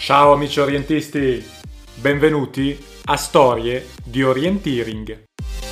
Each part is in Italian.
Ciao amici orientisti, benvenuti a Storie di Orienteering.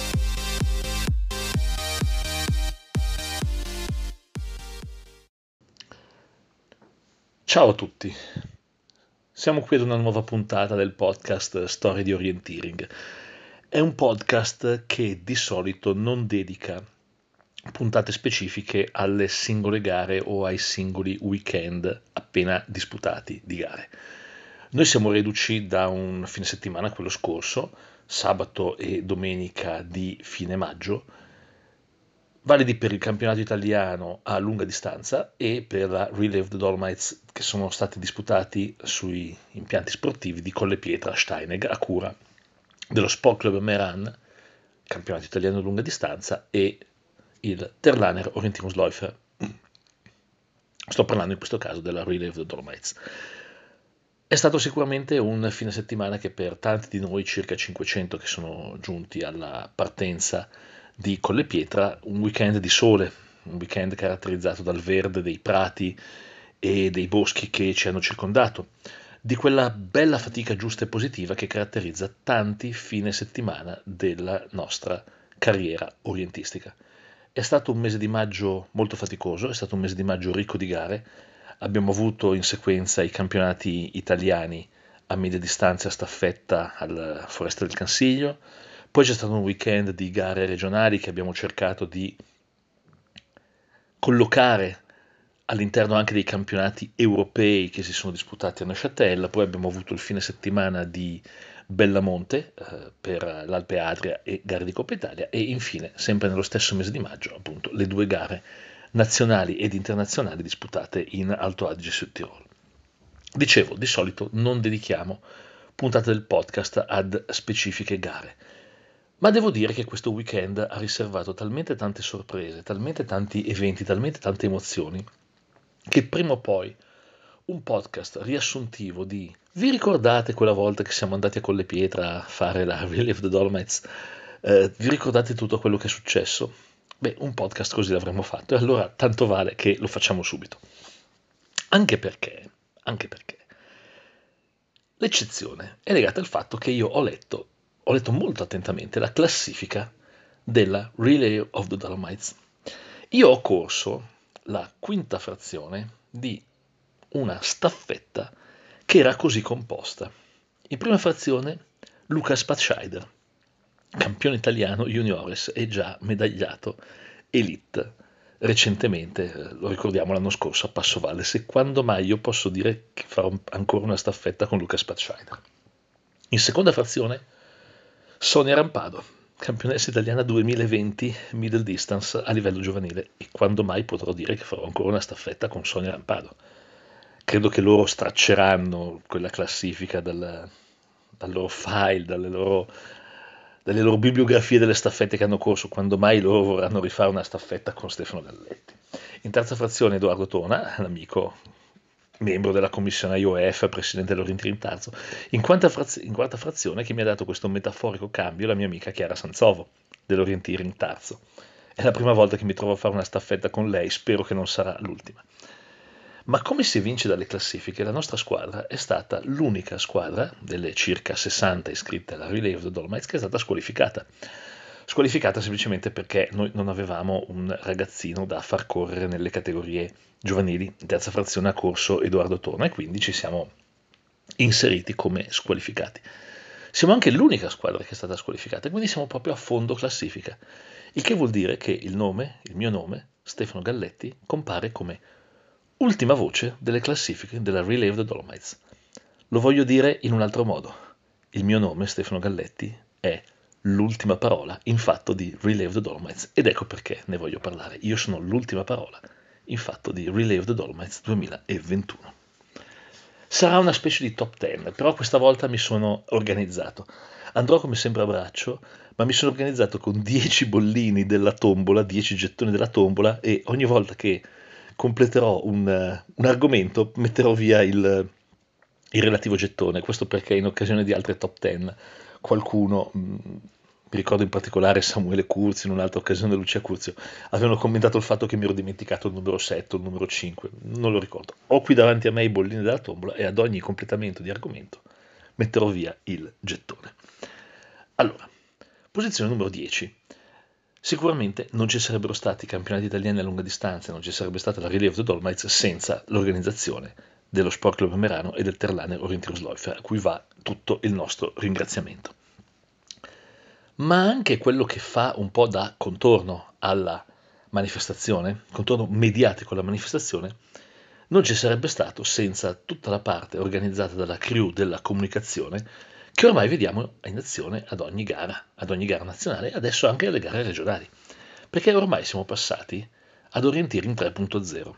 Ciao a tutti, siamo qui ad una nuova puntata del podcast Storie di Orienteering. È un podcast che di solito non dedica puntate specifiche alle singole gare o ai singoli weekend appena disputati di gare. Noi siamo reduci da un fine settimana, quello scorso, sabato e domenica di fine maggio, validi per il campionato italiano a lunga distanza e per la Relay of the Dolomites, che sono stati disputati sui impianti sportivi di Collepietra Steinegg a cura dello Sport Club Meran, campionato italiano a lunga distanza, e il Terlaner Orientierungsläufer. Sto parlando in questo caso della Relay of the Dolomites. È stato sicuramente un fine settimana che per tanti di noi, circa 500 che sono giunti alla partenza di Collepietra, un weekend di sole, un weekend caratterizzato dal verde dei prati e dei boschi che ci hanno circondato, di quella bella fatica giusta e positiva che caratterizza tanti fine settimana della nostra carriera orientistica. È stato un mese di maggio molto faticoso, è stato un mese di maggio ricco di gare. Abbiamo avuto in sequenza i campionati italiani a media distanza a staffetta al Foresta del Cansiglio, poi c'è stato un weekend di gare regionali che abbiamo cercato di collocare all'interno anche dei campionati europei che si sono disputati a Neuchâtel, poi abbiamo avuto il fine settimana di Bellamonte per l'Alpe Adria e gare di Coppa Italia e infine, sempre nello stesso mese di maggio, appunto, le due gare nazionali ed internazionali disputate in Alto Adige e Sud Tirolo. Dicevo, di solito non dedichiamo puntate del podcast ad specifiche gare, ma devo dire che questo weekend ha riservato talmente tante sorprese, talmente tanti eventi, talmente tante emozioni, che prima o poi un podcast riassuntivo di vi ricordate quella volta che siamo andati a Collepietra a fare la Relay of the Dolomites? Vi ricordate tutto quello che è successo? Beh, un podcast così l'avremmo fatto e allora tanto vale che lo facciamo subito. Anche perché l'eccezione è legata al fatto che io ho letto molto attentamente la classifica della Relay of the Dolomites. Io ho corso la quinta frazione di una staffetta che era così composta. In prima frazione Luca Spatscheider, campione italiano juniores e già medagliato elite recentemente, lo ricordiamo l'anno scorso a Passovalle, se quando mai io posso dire che farò ancora una staffetta con Luca Spatscheider. In seconda frazione Sonia Rampado, campionessa italiana 2020 middle distance a livello giovanile e quando mai potrò dire che farò ancora una staffetta con Sonia Rampado. Credo che loro stracceranno quella classifica dal loro file, dalle loro bibliografie delle staffette che hanno corso, quando mai loro vorranno rifare una staffetta con Stefano Galletti. In terza frazione Edoardo Tona, l'amico membro della commissione IOF, presidente dell'Orientering Tarzo. In quarta frazione che mi ha dato questo metaforico cambio la mia amica Chiara Sanzovo dell'Orientering Tarzo. È la prima volta che mi trovo a fare una staffetta con lei, spero che non sarà l'ultima. Ma come si evince dalle classifiche, la nostra squadra è stata l'unica squadra delle circa 60 iscritte alla Relay of the Dolomites che è stata squalificata. Squalificata semplicemente perché noi non avevamo un ragazzino da far correre nelle categorie giovanili. In terza frazione ha corso Edoardo Torna e quindi ci siamo inseriti come squalificati. Siamo anche l'unica squadra che è stata squalificata, quindi siamo proprio a fondo classifica. Il che vuol dire che il mio nome, Stefano Galletti, compare come ultima voce delle classifiche della Relay of the Dolomites. Lo voglio dire in un altro modo. Il mio nome, Stefano Galletti, è l'ultima parola in fatto di Relay of the Dolomites ed ecco perché ne voglio parlare. Io sono l'ultima parola in fatto di Relay of the Dolomites 2021. Sarà una specie di top 10, però questa volta mi sono organizzato. Andrò come sempre a braccio, ma mi sono organizzato con 10 bollini della tombola, 10 gettoni della tombola e ogni volta che completerò un argomento metterò via il relativo gettone. Questo perché in occasione di altre top 10 qualcuno mi ricordo in particolare Samuele Curzio, in un'altra occasione Lucia Curzio, avevano commentato il fatto che mi ero dimenticato il numero 7 o il numero 5, non lo ricordo. Ho qui davanti a me i bollini della tombola e ad ogni completamento di argomento metterò via il gettone. Allora, posizione numero 10. Sicuramente non ci sarebbero stati campionati italiani a lunga distanza, non ci sarebbe stata la Relay of the Dolomites senza l'organizzazione dello Sport Club Merano e del Terlaner Orientierungsläufer, a cui va tutto il nostro ringraziamento. Ma anche quello che fa un po' da contorno alla manifestazione, contorno mediatico alla manifestazione, non ci sarebbe stato senza tutta la parte organizzata dalla crew della comunicazione che ormai vediamo in azione ad ogni gara nazionale e adesso anche alle gare regionali, perché ormai siamo passati ad Orienteering 3.0.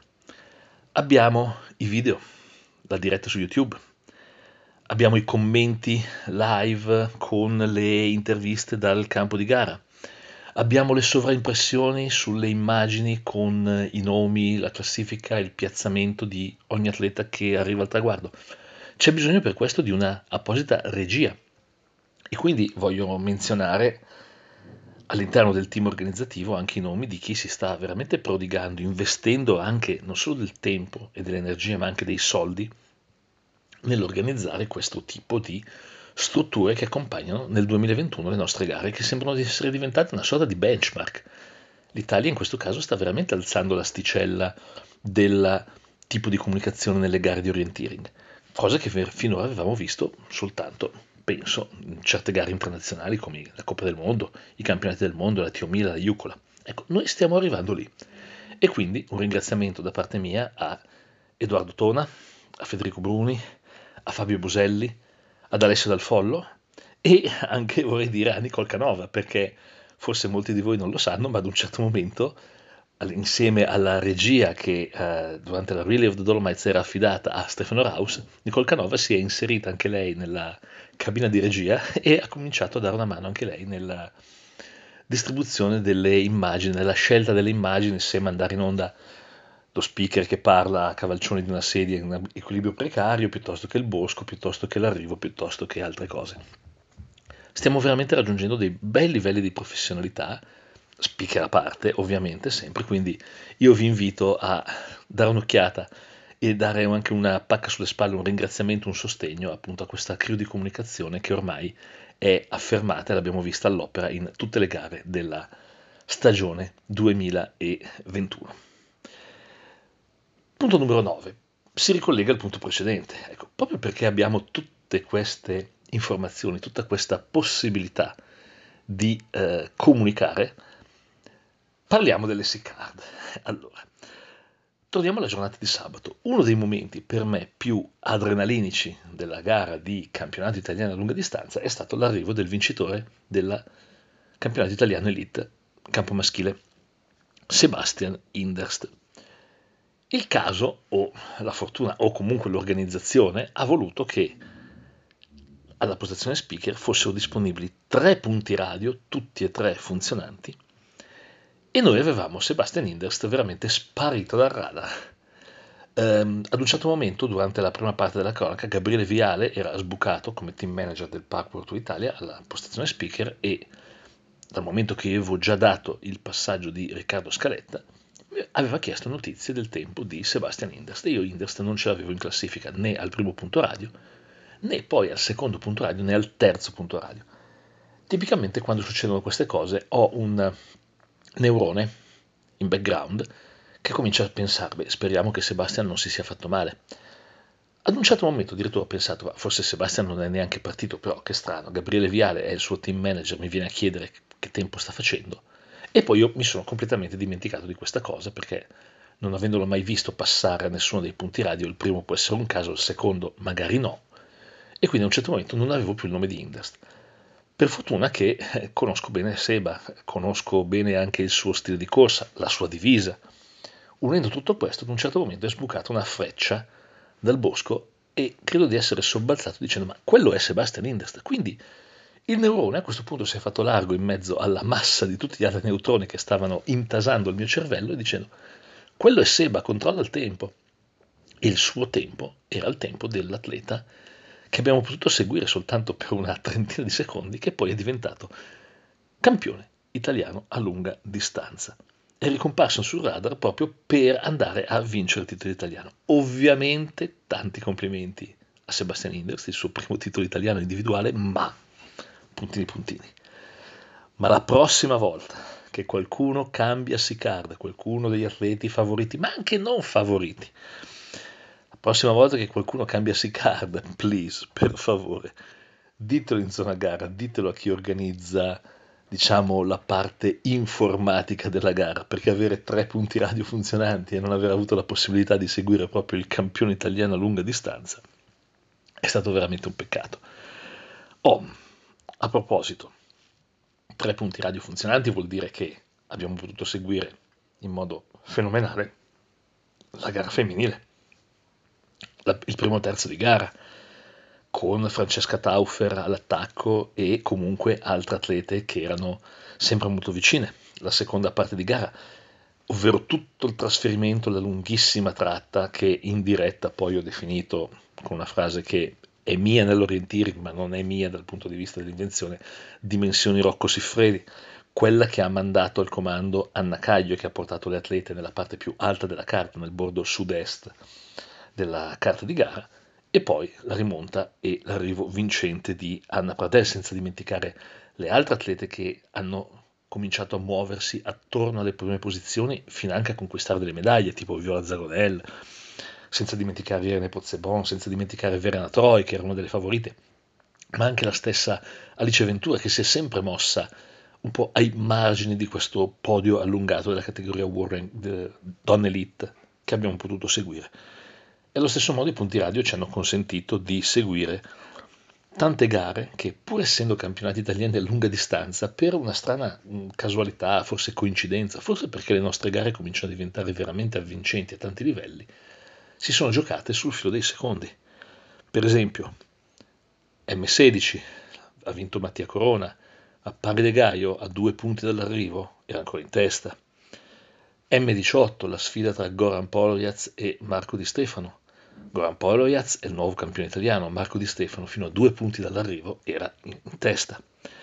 Abbiamo i video, la diretta su YouTube, abbiamo i commenti live con le interviste dal campo di gara, abbiamo le sovraimpressioni sulle immagini con i nomi, la classifica, il piazzamento di ogni atleta che arriva al traguardo. C'è bisogno per questo di una apposita regia e quindi voglio menzionare all'interno del team organizzativo anche i nomi di chi si sta veramente prodigando, investendo anche non solo del tempo e delle energie, ma anche dei soldi nell'organizzare questo tipo di strutture che accompagnano nel 2021 le nostre gare, che sembrano di essere diventate una sorta di benchmark. L'Italia in questo caso sta veramente alzando l'asticella del tipo di comunicazione nelle gare di orienteering, cosa che finora avevamo visto soltanto, penso, in certe gare internazionali come la Coppa del Mondo, i campionati del mondo, la Tio 1000, la Jucola. Ecco, noi stiamo arrivando lì. E quindi un ringraziamento da parte mia a Edoardo Tona, a Federico Bruni, a Fabio Buselli, ad Alessio Dal Follo e anche vorrei dire a Nicole Canova, perché forse molti di voi non lo sanno, ma ad un certo momento, insieme alla regia che durante la Relay of the Dolomites era affidata a Stefano Raus, Nicole Canova si è inserita anche lei nella cabina di regia e ha cominciato a dare una mano anche lei nella distribuzione delle immagini, nella scelta delle immagini, se mandare in onda lo speaker che parla a cavalcioni di una sedia in un equilibrio precario, piuttosto che il bosco, piuttosto che l'arrivo, piuttosto che altre cose. Stiamo veramente raggiungendo dei bei livelli di professionalità, speaker a parte, ovviamente, sempre, quindi io vi invito a dare un'occhiata e dare anche una pacca sulle spalle, un ringraziamento, un sostegno appunto a questa crew di comunicazione che ormai è affermata e l'abbiamo vista all'opera in tutte le gare della stagione 2021. Punto numero 9. Si ricollega al punto precedente. Ecco, proprio perché abbiamo tutte queste informazioni, tutta questa possibilità di comunicare, parliamo delle sick card. Allora, torniamo alla giornata di sabato. Uno dei momenti per me più adrenalinici della gara di campionato italiano a lunga distanza è stato l'arrivo del vincitore del campionato italiano elite campo maschile, Sebastian Inderst. Il caso, o la fortuna, o comunque l'organizzazione, ha voluto che alla postazione speaker fossero disponibili 3 punti radio, tutti e 3 funzionanti, e noi avevamo Sebastian Inderst veramente sparito dal radar. Ad un certo momento, durante la prima parte della cronaca, Gabriele Viale era sbucato come team manager del Park World Tour Italia alla postazione speaker e dal momento che io avevo già dato il passaggio di Riccardo Scaletta, aveva chiesto notizie del tempo di Sebastian Inderst e io Inderst non ce l'avevo in classifica né al primo punto radio, né poi al secondo punto radio, né al terzo punto radio. Tipicamente quando succedono queste cose ho un neurone in background che comincia a pensare, beh, speriamo che Sebastian non si sia fatto male. Ad un certo momento addirittura ho pensato, forse Sebastian non è neanche partito, però che strano, Gabriele Viale è il suo team manager, mi viene a chiedere che tempo sta facendo. E poi io mi sono completamente dimenticato di questa cosa perché non avendolo mai visto passare a nessuno dei punti radio, il primo può essere un caso, il secondo magari no, e quindi a un certo momento non avevo più il nome di Inderst. Per fortuna che conosco bene Seba, conosco bene anche il suo stile di corsa, la sua divisa. Unendo tutto questo, ad un certo momento è sbucata una freccia dal bosco e credo di essere sobbalzato dicendo ma quello è Sebastian Inderst. Quindi il neurone a questo punto si è fatto largo in mezzo alla massa di tutti gli altri neutroni che stavano intasando il mio cervello e dicendo quello è Seba, controlla il tempo. E il suo tempo era il tempo dell'atleta che abbiamo potuto seguire soltanto per una trentina di secondi, che poi è diventato campione italiano a lunga distanza. È ricomparso sul radar proprio per andare a vincere il titolo italiano. Ovviamente tanti complimenti a Sebastian Inders, il suo primo titolo italiano individuale, ma puntini. Ma la prossima volta che qualcuno cambia card, qualcuno degli atleti favoriti, ma anche non favoriti, la prossima volta che qualcuno cambia card, please, per favore, ditelo in zona gara, ditelo a chi organizza, diciamo, la parte informatica della gara, perché avere 3 punti radio funzionanti e non aver avuto la possibilità di seguire proprio il campione italiano a lunga distanza è stato veramente un peccato. A proposito, 3 punti radio funzionanti vuol dire che abbiamo potuto seguire in modo fenomenale la gara femminile, il primo terzo di gara, con Francesca Taufer all'attacco e comunque altre atlete che erano sempre molto vicine. La seconda parte di gara, ovvero tutto il trasferimento, la lunghissima tratta che in diretta poi ho definito con una frase che è mia nell'orienteering ma non è mia dal punto di vista dell'invenzione, dimensioni Rocco Siffredi, quella che ha mandato al comando Anna Caglio e che ha portato le atlete nella parte più alta della carta, nel bordo sud-est della carta di gara, e poi la rimonta e l'arrivo vincente di Anna Pradel, senza dimenticare le altre atlete che hanno cominciato a muoversi attorno alle prime posizioni fino anche a conquistare delle medaglie, tipo Viola Zagonel, senza dimenticare Irene Pozzebon, senza dimenticare Verena Troi, che era una delle favorite, ma anche la stessa Alice Ventura, che si è sempre mossa un po' ai margini di questo podio allungato della categoria Donne Elite che abbiamo potuto seguire. E allo stesso modo i punti radio ci hanno consentito di seguire tante gare che, pur essendo campionati italiani a lunga distanza, per una strana casualità, forse coincidenza, forse perché le nostre gare cominciano a diventare veramente avvincenti a tanti livelli, si sono giocate sul filo dei secondi. Per esempio, M16 ha vinto Mattia Corona, a pari de Gaio a 2 punti dall'arrivo, era ancora in testa. M18, la sfida tra Goran Poloriaz e Marco Di Stefano. Goran Poloriaz è il nuovo campione italiano, Marco Di Stefano fino a 2 punti dall'arrivo era in testa.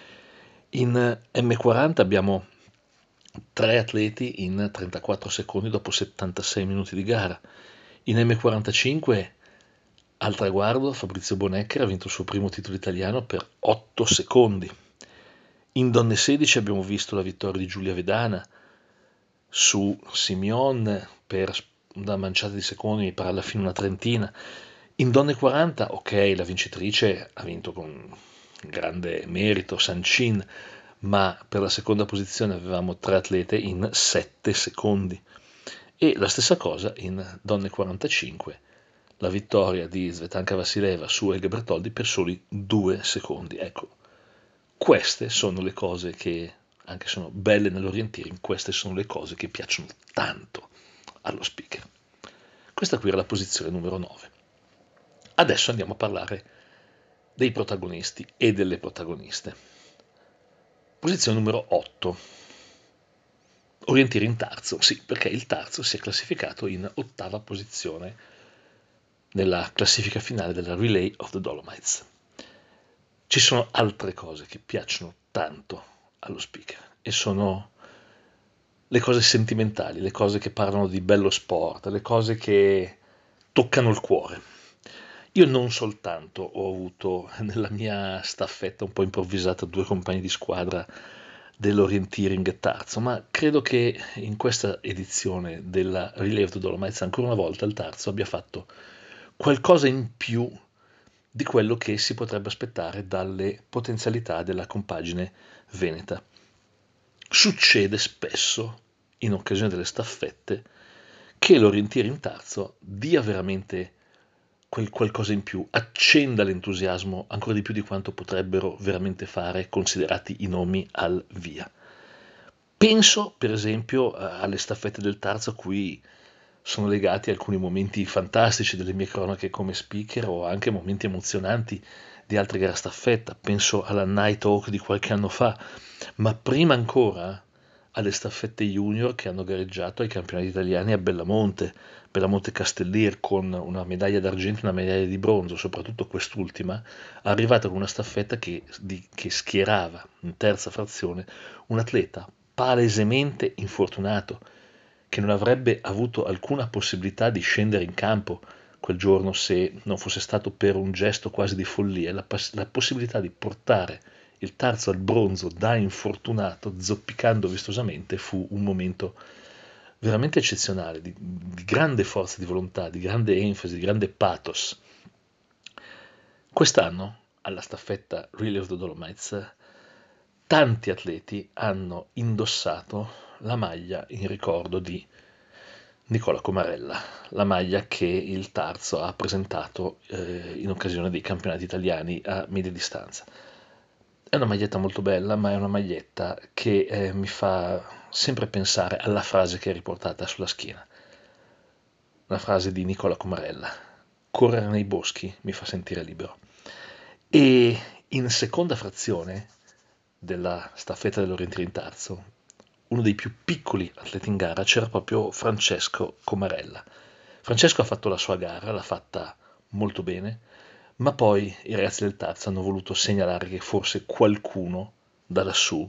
In M40 abbiamo 3 atleti in 34 secondi dopo 76 minuti di gara. In M45 al traguardo Fabrizio Bonecker ha vinto il suo primo titolo italiano per 8 secondi. In Donne 16 abbiamo visto la vittoria di Giulia Vedana su Simeon per una manciata di secondi, mi pare alla fine una trentina. In Donne 40, ok, la vincitrice ha vinto con grande merito, Sanchin, ma per la seconda posizione avevamo 3 atlete in 7 secondi. E la stessa cosa in Donne 45, la vittoria di Svetanka Vassileva su Elga Bertoldi per soli 2 secondi. Ecco, queste sono le cose che, anche se sono belle nell'orienteering, queste sono le cose che piacciono tanto allo speaker. Questa qui era la posizione numero 9. Adesso andiamo a parlare dei protagonisti e delle protagoniste. Posizione numero 8. Orienteering Tarzo, sì, perché il Tarzo si è classificato in 8ª posizione nella classifica finale della Relay of the Dolomites. Ci sono altre cose che piacciono tanto allo speaker e sono le cose sentimentali, le cose che parlano di bello sport, le cose che toccano il cuore. Io non soltanto ho avuto nella mia staffetta un po' improvvisata 2 compagni di squadra dell'orienteering Tarzo, ma credo che in questa edizione della Relay of the Dolomites ancora una volta il Tarzo abbia fatto qualcosa in più di quello che si potrebbe aspettare dalle potenzialità della compagine veneta. Succede spesso, in occasione delle staffette, che l'orienteering Tarzo dia veramente quel qualcosa in più, accenda l'entusiasmo ancora di più di quanto potrebbero veramente fare considerati i nomi al via. Penso per esempio alle staffette del Tarzo a cui sono legati alcuni momenti fantastici delle mie cronache come speaker o anche momenti emozionanti di altre gare a staffetta. Penso alla Night Hawk di qualche anno fa, ma prima ancora alle staffette junior che hanno gareggiato ai campionati italiani a Bellamonte Castellir, con una medaglia d'argento e una medaglia di bronzo, soprattutto quest'ultima, arrivata con una staffetta che schierava in terza frazione un atleta palesemente infortunato, che non avrebbe avuto alcuna possibilità di scendere in campo quel giorno se non fosse stato per un gesto quasi di follia, la possibilità di portare il tarzo al bronzo da infortunato, zoppicando vistosamente, fu un momento veramente eccezionale, di grande forza di volontà, di grande enfasi, di grande pathos. Quest'anno, alla staffetta Relay of the Dolomites, tanti atleti hanno indossato la maglia in ricordo di Nicola Comarella, la maglia che il Tarzo ha presentato in occasione dei campionati italiani a media distanza. È una maglietta molto bella, ma è una maglietta che mi fa sempre pensare alla frase che è riportata sulla schiena. Una frase di Nicola Comarella: correre nei boschi mi fa sentire libero. E in seconda frazione della staffetta dell'Orientale Tarzo, uno dei più piccoli atleti in gara, c'era proprio Francesco Comarella. Francesco ha fatto la sua gara, l'ha fatta molto bene, ma poi i ragazzi del Tarzo hanno voluto segnalare che forse qualcuno da lassù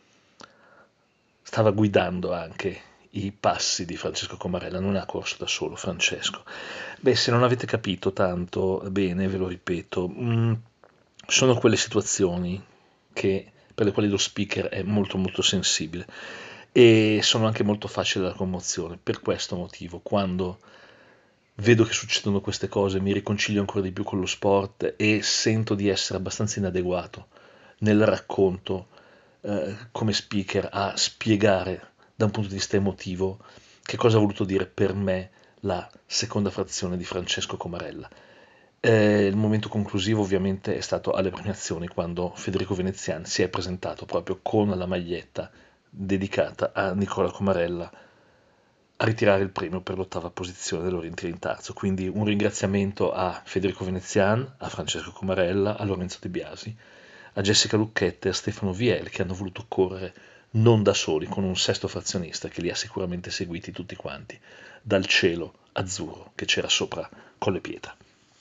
stava guidando anche i passi di Francesco Comarella, non ha corso da solo Francesco. Beh, se non avete capito tanto bene, ve lo ripeto, sono quelle situazioni per le quali lo speaker è molto molto sensibile e sono anche molto facili alla commozione. Per questo motivo, quando vedo che succedono queste cose, mi riconcilio ancora di più con lo sport e sento di essere abbastanza inadeguato nel racconto come speaker a spiegare da un punto di vista emotivo che cosa ha voluto dire per me la seconda frazione di Francesco Comarella. Il momento conclusivo ovviamente è stato alle premiazioni, quando Federico Veneziani si è presentato proprio con la maglietta dedicata a Nicola Comarella a ritirare il premio per l'8ª posizione dell'Orientale Tarzo. Quindi un ringraziamento a Federico Venezian, a Francesco Comarella, a Lorenzo De Biasi, a Jessica Lucchette e a Stefano Viel, che hanno voluto correre non da soli, con un sesto frazionista che li ha sicuramente seguiti tutti quanti, dal cielo azzurro che c'era sopra Colle Pietra.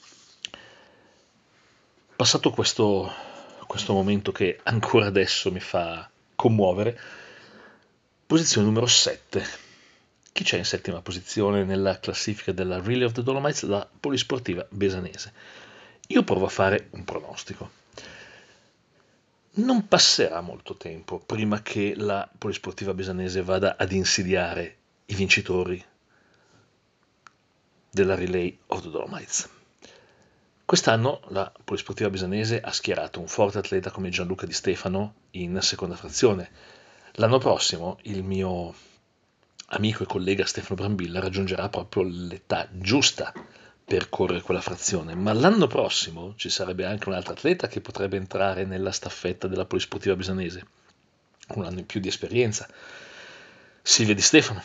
Passato questo momento che ancora adesso mi fa commuovere, posizione numero 7. Chi c'è in settima posizione nella classifica della Relay of the Dolomites? La Polisportiva Besanese. Io provo a fare un pronostico. Non passerà molto tempo prima che la Polisportiva Besanese vada ad insidiare i vincitori della Relay of the Dolomites. Quest'anno la Polisportiva Besanese ha schierato un forte atleta come Gianluca Di Stefano in seconda frazione. L'anno prossimo il mio amico e collega Stefano Brambilla raggiungerà proprio l'età giusta per correre quella frazione, ma l'anno prossimo ci sarebbe anche un altro atleta che potrebbe entrare nella staffetta della Polisportiva Besanese, un anno in più di esperienza, Silvia Di Stefano.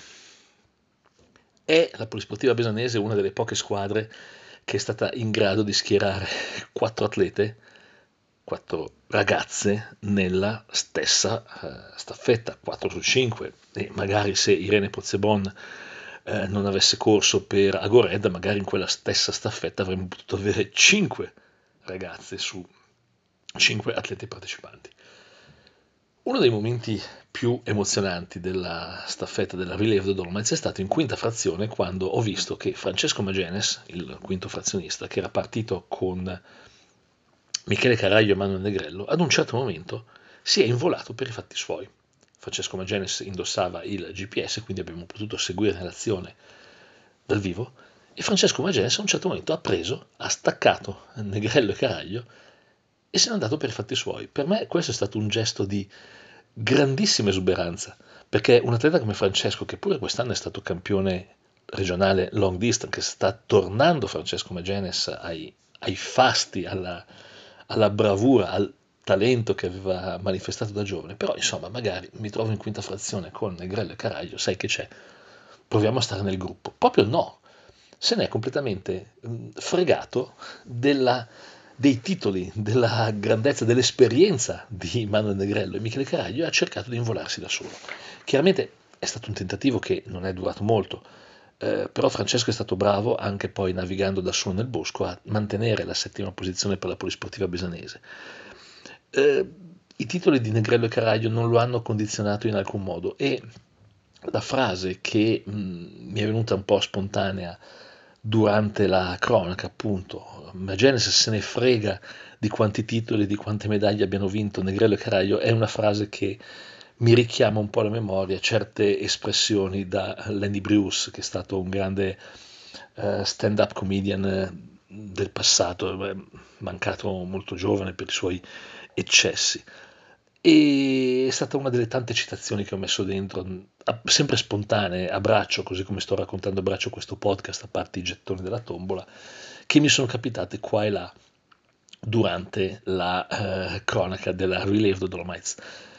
È la Polisportiva Besanese una delle poche squadre che è stata in grado di schierare 4 atlete, 4 ragazze nella stessa staffetta, 4 su 5, e magari se Irene Pozzebon non avesse corso per Agored, magari in quella stessa staffetta avremmo potuto avere 5 ragazze su 5 atleti partecipanti. Uno dei momenti più emozionanti della staffetta della Relay of the Dolomites è stato in quinta frazione, quando ho visto che Francesco Magenes, il quinto frazionista, che era partito con Michele Caraglio e Manuel Negrello, ad un certo momento si è involato per i fatti suoi. Francesco Magenes indossava il GPS, quindi abbiamo potuto seguire l'azione dal vivo, e Francesco Magenes a un certo momento ha staccato Negrello e Caraglio e se n'è andato per i fatti suoi. Per me questo è stato un gesto di grandissima esuberanza, perché un atleta come Francesco, che pure quest'anno è stato campione regionale long distance, che sta tornando Francesco Magenes ai fasti, alla bravura, al talento che aveva manifestato da giovane, però insomma magari mi trovo in quinta frazione con Negrello e Caraglio, sai che c'è, proviamo a stare nel gruppo. Proprio no, se n'è completamente fregato dei titoli, della grandezza, dell'esperienza di Manuel Negrello e Michele Caraglio, e ha cercato di involarsi da solo. Chiaramente è stato un tentativo che non è durato molto, però Francesco è stato bravo, anche poi navigando da solo nel bosco, a mantenere la settima posizione per la Polisportiva Besanese. I titoli di Negrello e Caraglio non lo hanno condizionato in alcun modo, e la frase che mi è venuta un po' spontanea durante la cronaca, appunto, ma Genesis se ne frega di quanti titoli, di quante medaglie abbiano vinto Negrello e Caraglio, è una frase che mi richiama un po' alla memoria certe espressioni da Lenny Bruce, che è stato un grande stand-up comedian del passato, mancato molto giovane per i suoi eccessi. E è stata una delle tante citazioni che ho messo dentro, sempre spontanee, a braccio, così come sto raccontando a braccio questo podcast, a parte i gettoni della tombola, che mi sono capitate qua e là durante la cronaca della Relay of the Dolomites.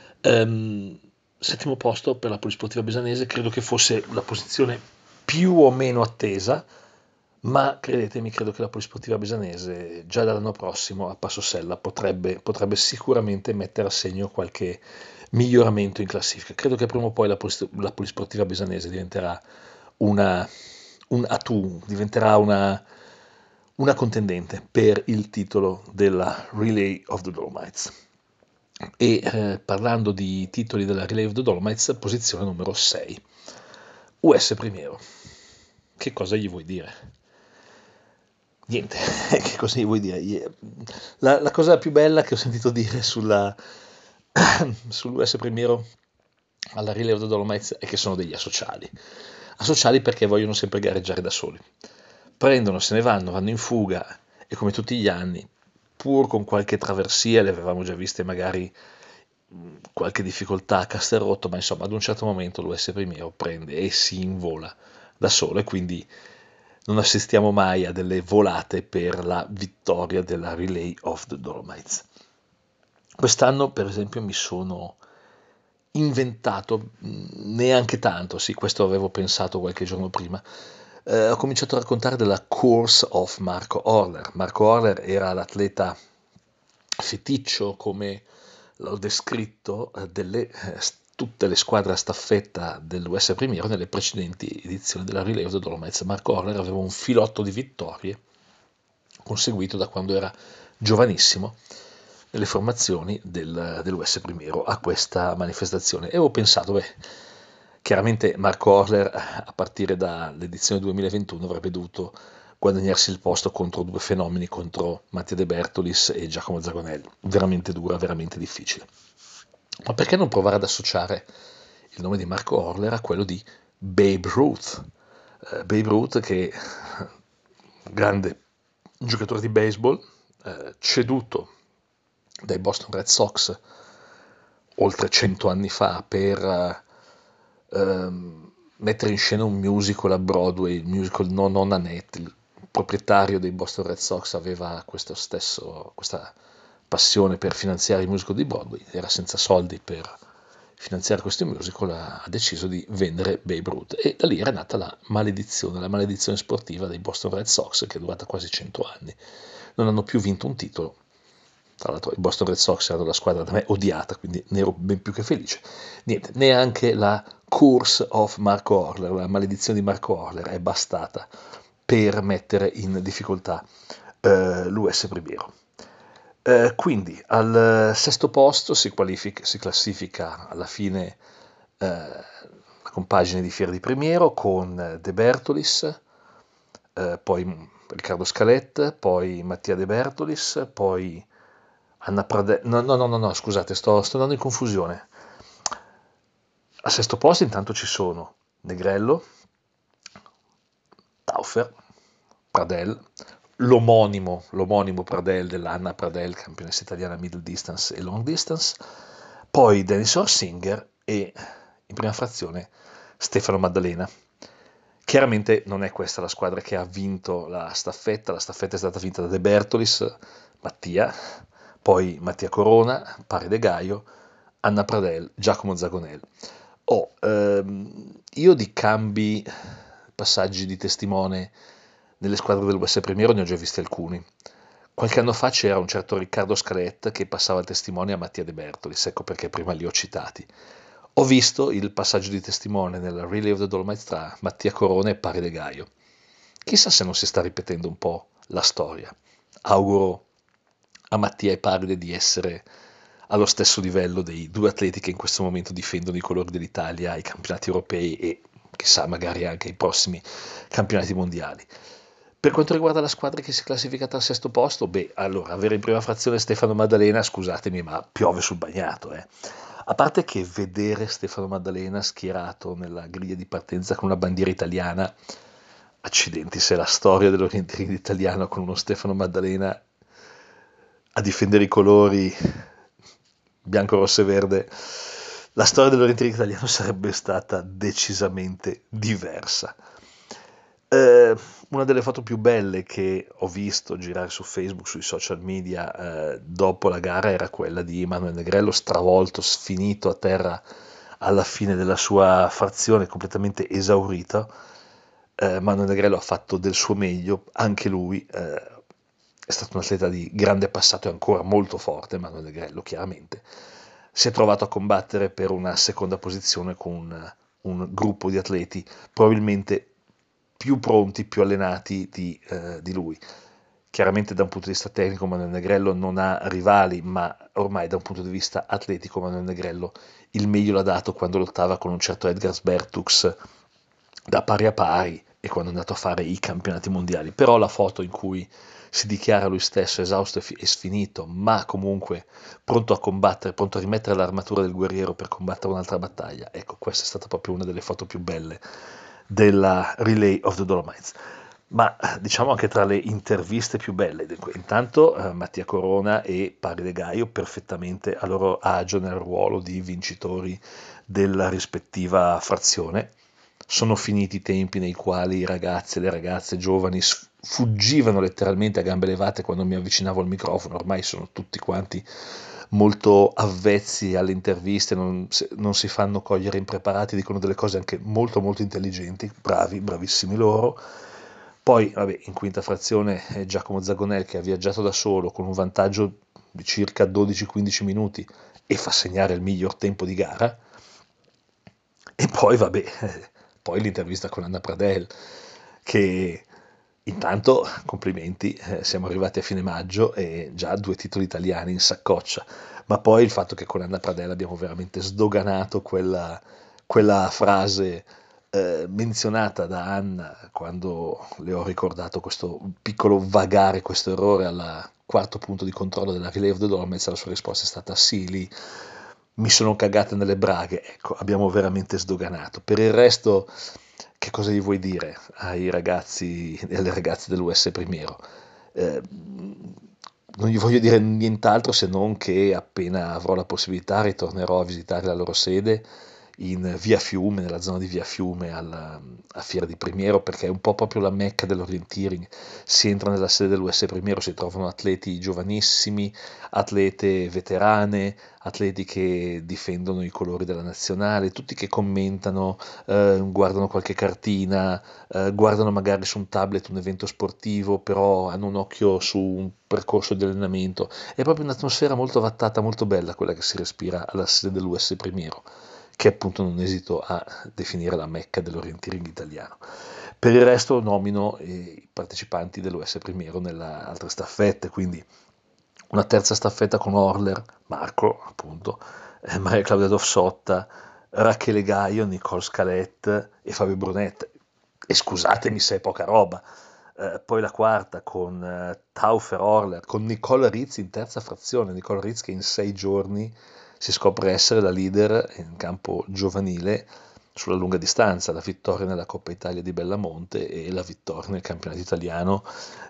Settimo posto per la Polisportiva Besanese, credo che fosse la posizione più o meno attesa, ma credetemi, credo che la Polisportiva Besanese già dall'anno prossimo a passo sella potrebbe sicuramente mettere a segno qualche miglioramento in classifica. Credo che prima o poi la Polisportiva Besanese diventerà un atu, diventerà una contendente per il titolo della Relay of the Dolomites. E parlando di titoli della Relay of the Dolomites, posizione numero 6, US Primiero. Che cosa gli vuoi dire? Niente, che cosa gli vuoi dire? La cosa più bella che ho sentito dire sull'US Primiero alla Relay of the Dolomites è che sono degli asociali. Asociali perché vogliono sempre gareggiare da soli. Prendono, se ne vanno in fuga, e come tutti gli anni, pur con qualche traversia, le avevamo già viste magari qualche difficoltà a Castelrotto, ma insomma ad un certo momento l'US Primiero prende e si invola da solo, e quindi non assistiamo mai a delle volate per la vittoria della Relay of the Dolomites. Quest'anno, per esempio, mi sono inventato, neanche tanto, sì, questo avevo pensato qualche giorno prima, ho cominciato a raccontare della Course of Marco Horler. Marco Horler era l'atleta feticcio, come l'ho descritto, tutte le squadre a staffetta dell'US Primiero nelle precedenti edizioni della Relay of the Dolomites. Marco Horler aveva un filotto di vittorie conseguito da quando era giovanissimo nelle formazioni dell'US Primiero a questa manifestazione, e ho pensato, chiaramente Marco Horler a partire dall'edizione 2021 avrebbe dovuto guadagnarsi il posto contro due fenomeni, contro Mattia De Bertolis e Giacomo Zagonelli, veramente dura, veramente difficile. Ma perché non provare ad associare il nome di Marco Horler a quello di Babe Ruth? Babe Ruth, che grande giocatore di baseball, ceduto dai Boston Red Sox oltre 100 anni fa per mettere in scena un musical a Broadway, il musical Non Nanette. Il proprietario dei Boston Red Sox aveva questa passione per finanziare i musical di Broadway, era senza soldi per finanziare questo musical, ha deciso di vendere Babe Ruth, e da lì era nata la maledizione sportiva dei Boston Red Sox, che è durata quasi 100 anni. Non hanno più vinto un titolo. Tra l'altro i Boston Red Sox erano la squadra da me odiata, quindi ne ero ben più che felice. Niente, neanche la Curse of Marco Horler, la maledizione di Marco Horler, è bastata per mettere in difficoltà l'US Primiero. Quindi al sesto posto si classifica alla fine la compagine di Fiera di Primiero con De Bertolis, poi Riccardo Scaletta, poi Mattia De Bertolis, poi Anna Pradella. No, scusate, sto andando in confusione. Al sesto posto intanto ci sono Negrello, Taufer, Pradel, l'omonimo Pradel dell'Anna Pradel, campionessa italiana middle distance e long distance, poi Dennis Orsinger e in prima frazione Stefano Maddalena. Chiaramente non è questa la squadra che ha vinto la staffetta è stata vinta da De Bertolis, Mattia, poi Mattia Corona, Pari De Gaio, Anna Pradel, Giacomo Zagonelli. Io di cambi, passaggi di testimone nelle squadre dell'US Primiero ne ho già visti alcuni. qualche anno fa c'era un certo Riccardo Scaletta che passava il testimone a Mattia De Bertolis, ecco perché prima li ho citati. Ho visto il passaggio di testimone nella Relay of the Dolomites tra Mattia Corona e Pari De Gaio. Chissà se non si sta ripetendo un po' la storia. Auguro a Mattia e Paride di essere allo stesso livello dei due atleti che in questo momento difendono i colori dell'Italia ai campionati europei e chissà magari anche ai prossimi campionati mondiali. Per quanto riguarda la squadra che si è classificata al sesto posto, allora avere in prima frazione Stefano Maddalena, scusatemi, ma piove sul bagnato, eh. A parte che vedere Stefano Maddalena schierato nella griglia di partenza con una bandiera italiana, accidenti, se è la storia dell'orienteering italiano con uno Stefano Maddalena a difendere i colori bianco, rosso e verde, la storia dell'orienteering italiano sarebbe stata decisamente diversa. Una delle foto più belle che ho visto girare su Facebook, sui social media, dopo la gara era quella di Manuel Negrello stravolto, sfinito a terra alla fine della sua frazione, completamente esaurito. Manuel Negrello ha fatto del suo meglio, anche lui è stato un atleta di grande passato e ancora molto forte, Manuel Negrello chiaramente. Si è trovato a combattere per una seconda posizione con un gruppo di atleti probabilmente più pronti, più allenati di lui. Chiaramente da un punto di vista tecnico Manuel Negrello non ha rivali, ma ormai da un punto di vista atletico Manuel Negrello il meglio l'ha dato quando lottava con un certo Edgars Bertux da pari a pari e quando è andato a fare i campionati mondiali. Però la foto in cui si dichiara lui stesso esausto e sfinito, ma comunque pronto a combattere, pronto a rimettere l'armatura del guerriero per combattere un'altra battaglia, ecco, questa è stata proprio una delle foto più belle della Relay of the Dolomites. Ma diciamo anche tra le interviste più belle, intanto Mattia Corona e Pari De Gaio perfettamente a loro agio nel ruolo di vincitori della rispettiva frazione. Sono finiti i tempi nei quali i ragazzi e le ragazze giovani fuggivano letteralmente a gambe levate quando mi avvicinavo al microfono, ormai sono tutti quanti molto avvezzi alle interviste, non si fanno cogliere impreparati, dicono delle cose anche molto molto intelligenti, bravi, bravissimi loro. Poi, vabbè, in quinta frazione Giacomo Zagonel che ha viaggiato da solo con un vantaggio di circa 12-15 minuti e fa segnare il miglior tempo di gara. E poi, vabbè, poi l'intervista con Anna Pradel, che intanto, complimenti, siamo arrivati a fine maggio e già 2 titoli italiani in saccoccia, ma poi il fatto che con Anna Pradel abbiamo veramente sdoganato quella frase menzionata da Anna quando le ho ricordato questo piccolo vagare, questo errore al quarto punto di controllo della Relay of the Dolomites, la sua risposta è stata sì, lì mi sono cagate nelle braghe, ecco, abbiamo veramente sdoganato. Per il resto, che cosa gli vuoi dire ai ragazzi e alle ragazze dell'US Primiero? Eh, non gli voglio dire nient'altro se non che appena avrò la possibilità ritornerò a visitare la loro sede in Via Fiume, nella zona di Via Fiume a Fiera di Primiero, perché è un po' proprio la mecca dell'orienteering. Si entra nella sede dell'US Primiero, si trovano atleti giovanissimi, atlete veterane, atleti che difendono i colori della nazionale, tutti che commentano, guardano qualche cartina, guardano magari su un tablet un evento sportivo, però hanno un occhio su un percorso di allenamento. È proprio un'atmosfera molto vattata, molto bella quella che si respira alla sede dell'US Primiero, che appunto non esito a definire la mecca dell'orienteering italiano. Per il resto nomino i partecipanti dell'US Primiero nelle altre staffette, quindi una terza staffetta con Orler, Marco appunto, Maria Claudia Dovsotta, Rachele Gaio, Nicole Scalet e Fabio Brunet. E scusatemi se è poca roba. Poi la quarta con Taufer Orler, con Nicole Ritz in terza frazione, Nicole Ritz che in 6 giorni si scopre essere la leader in campo giovanile sulla lunga distanza, la vittoria nella Coppa Italia di Bellamonte e la vittoria nel campionato italiano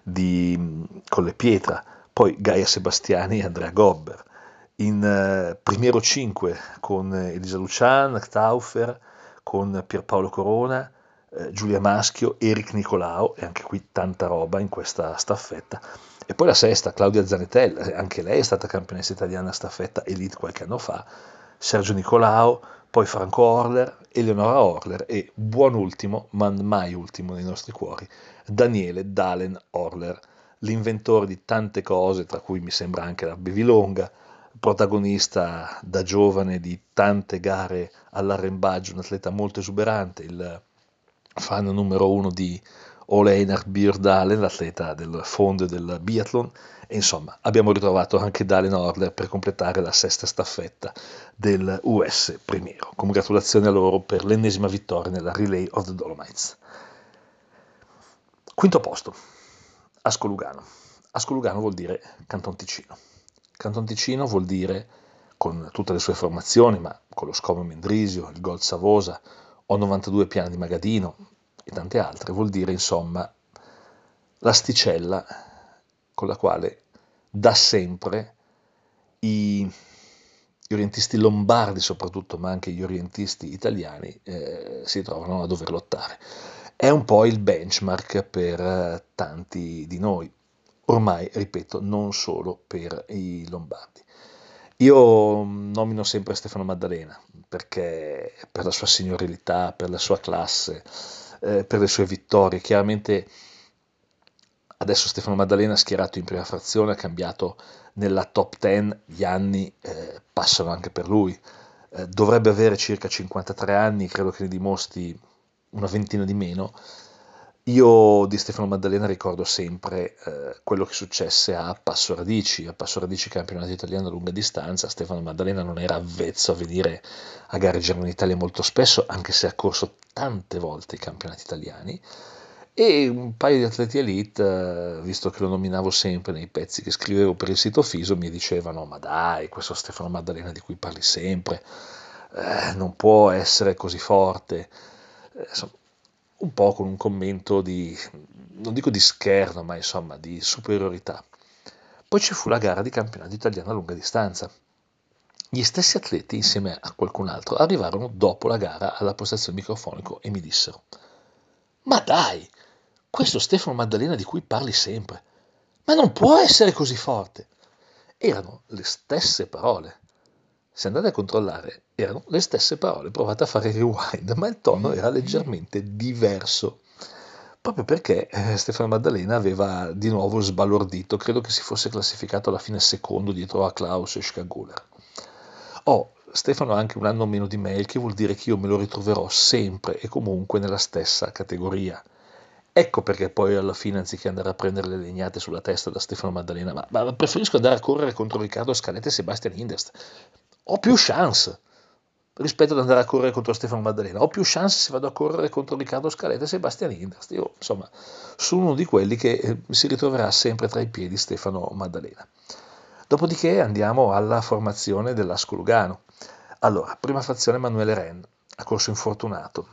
di Colle Pietra. Poi Gaia Sebastiani e Andrea Gobber. In Primiero 5 con Elisa Lucian, Taufer, con Pierpaolo Corona, Giulia Maschio, Eric Nicolao, e anche qui tanta roba in questa staffetta. E poi la sesta, Claudia Zanetel, anche lei è stata campionessa italiana staffetta elite qualche anno fa, Sergio Nicolao, poi Franco Orler, Eleonora Orler e buon ultimo, ma mai ultimo nei nostri cuori, Daniele Dalen Orler, l'inventore di tante cose, tra cui mi sembra anche la Bevilonga, protagonista da giovane di tante gare all'arrembaggio, un atleta molto esuberante, il fan numero uno di Ole Einar Byrdalen, l'atleta del fondo e del biathlon, e insomma abbiamo ritrovato anche Dalen Orler per completare la sesta staffetta del US Primiero. Congratulazioni a loro per l'ennesima vittoria nella Relay of the Dolomites. Quinto posto, Ascolugano. Ascolugano vuol dire Canton Ticino. Canton Ticino vuol dire, con tutte le sue formazioni, ma con lo Scomo Mendrisio, il Gold Savosa, o 92 Piana di Magadino e tante altre, vuol dire insomma l'asticella con la quale da sempre gli orientisti lombardi soprattutto, ma anche gli orientisti italiani si trovano a dover lottare. È un po' il benchmark per tanti di noi, ormai, ripeto, non solo per i lombardi. Io nomino sempre Stefano Maddalena perché per la sua signorilità, per la sua classe, per le sue vittorie. Chiaramente adesso Stefano Maddalena schierato in prima frazione, ha cambiato nella top 10, gli anni passano anche per lui. Dovrebbe avere circa 53 anni, credo che ne dimostri una ventina di meno. Io di Stefano Maddalena ricordo sempre quello che successe a Passo Radici campionato italiano a lunga distanza. Stefano Maddalena non era avvezzo a venire a gareggiare in Italia molto spesso, anche se ha corso tante volte i campionati italiani. E un paio di atleti elite, visto che lo nominavo sempre nei pezzi che scrivevo per il sito Fiso, mi dicevano: ma dai, questo Stefano Maddalena di cui parli sempre, non può essere così forte. Insomma, un po' con un commento di, non dico di scherno, ma insomma di superiorità. Poi ci fu la gara di campionato italiano a lunga distanza. Gli stessi atleti, insieme a qualcun altro, arrivarono dopo la gara alla postazione microfonico e mi dissero: ma dai, questo Stefano Maddalena di cui parli sempre, ma non può essere così forte. Erano le stesse parole. Se andate a controllare, erano le stesse parole. Provate a fare rewind, ma il tono era leggermente diverso. Proprio perché Stefano Maddalena aveva di nuovo sbalordito, credo che si fosse classificato alla fine secondo dietro a Klaus Schaguler. Stefano ha anche un anno meno di me, il che vuol dire che io me lo ritroverò sempre e comunque nella stessa categoria. Ecco perché poi alla fine, anziché andare a prendere le legnate sulla testa da Stefano Maddalena, ma preferisco andare a correre contro Riccardo Scaletta e Sebastian Hinderst. Ho più chance rispetto ad andare a correre contro Stefano Maddalena. Ho più chance se vado a correre contro Riccardo Scaletta e Sebastian Hinderst. Io, insomma, sono uno di quelli che si ritroverà sempre tra i piedi Stefano Maddalena. Dopodiché andiamo alla formazione dell'Asco Lugano. Allora, prima frazione Emanuele Ren, ha corso infortunato.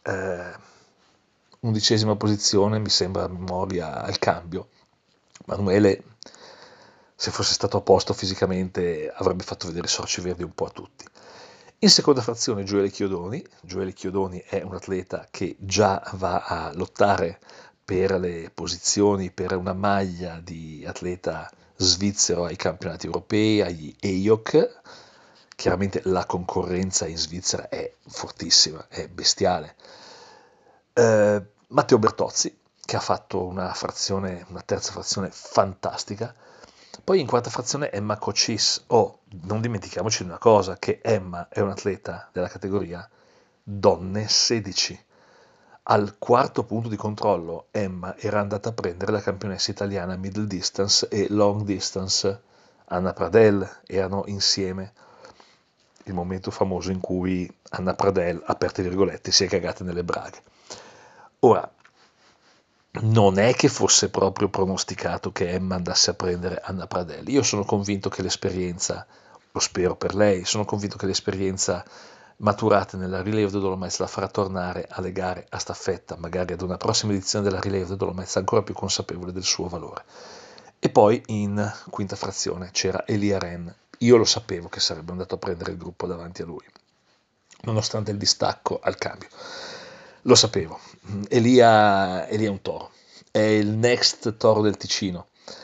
11ª posizione, mi sembra a memoria, al cambio. Emanuele, se fosse stato a posto fisicamente, avrebbe fatto vedere i sorci verdi un po' a tutti. In seconda frazione Gioele Chiodoni. Gioele Chiodoni è un atleta che già va a lottare per le posizioni, per una maglia di atleta svizzero ai campionati europei, agli EIOC. Chiaramente la concorrenza in Svizzera è fortissima, è bestiale. Matteo Bertozzi, che ha fatto una terza frazione fantastica. Poi in quarta frazione Emma Cochis. Non dimentichiamoci di una cosa, che Emma è un atleta della categoria donne 16. Al quarto punto di controllo Emma era andata a prendere la campionessa italiana middle distance e long distance Anna Pradel, erano insieme. Il momento famoso in cui Anna Pradel, aperte virgolette, si è cagata nelle braghe. Ora, non è che fosse proprio pronosticato che Emma andasse a prendere Anna Pradel. Io sono convinto che l'esperienza, lo spero per lei, sono convinto che l'esperienza maturata nella Relay of the Dolomites la farà tornare alle gare a staffetta, magari ad una prossima edizione della Relay of the Dolomites ancora più consapevole del suo valore. E poi in quinta frazione c'era Elia Ren. Io lo sapevo che sarebbe andato a prendere il gruppo davanti a lui, nonostante il distacco al cambio. Lo sapevo. Elia è un toro, è il next toro del Ticino.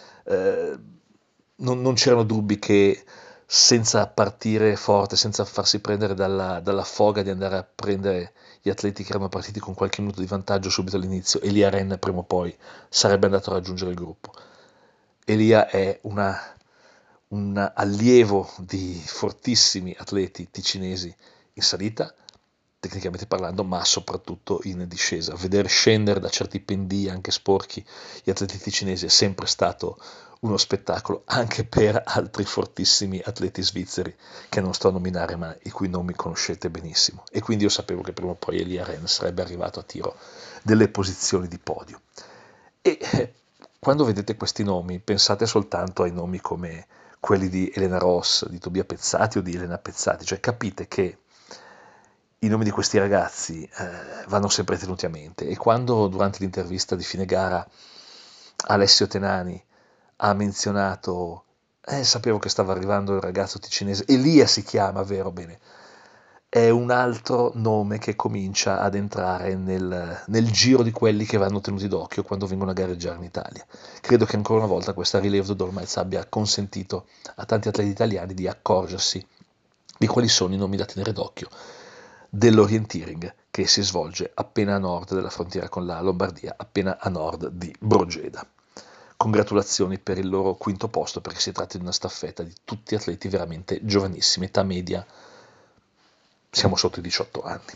Non c'erano dubbi che senza partire forte, senza farsi prendere dalla foga di andare a prendere gli atleti che erano partiti con qualche minuto di vantaggio subito all'inizio, Elia Ren prima o poi sarebbe andato a raggiungere il gruppo. Elia è un allievo di fortissimi atleti ticinesi in salita, tecnicamente parlando, ma soprattutto in discesa. Vedere scendere da certi pendii anche sporchi gli atleti ticinesi è sempre stato uno spettacolo, anche per altri fortissimi atleti svizzeri che non sto a nominare, ma i cui nomi conoscete benissimo. E quindi io sapevo che prima o poi Elia Ren sarebbe arrivato a tiro delle posizioni di podio. E quando vedete questi nomi, pensate soltanto ai nomi come quelli di Elena Ross, di Tobia Pezzati o di Elena Pezzati, cioè capite che i nomi di questi ragazzi vanno sempre tenuti a mente. E quando durante l'intervista di fine gara Alessio Tenani ha menzionato, sapevo che stava arrivando il ragazzo ticinese, Elia si chiama, vero? Bene, è un altro nome che comincia ad entrare nel giro di quelli che vanno tenuti d'occhio quando vengono a gareggiare in Italia. Credo che ancora una volta questa Relay of the Dolomites abbia consentito a tanti atleti italiani di accorgersi di quali sono i nomi da tenere d'occhio dell'orienteering che si svolge appena a nord della frontiera con la Lombardia, appena a nord di Brogeda. Congratulazioni per il loro quinto posto, perché si tratta di una staffetta di tutti atleti veramente giovanissimi, età media siamo sotto i 18 anni.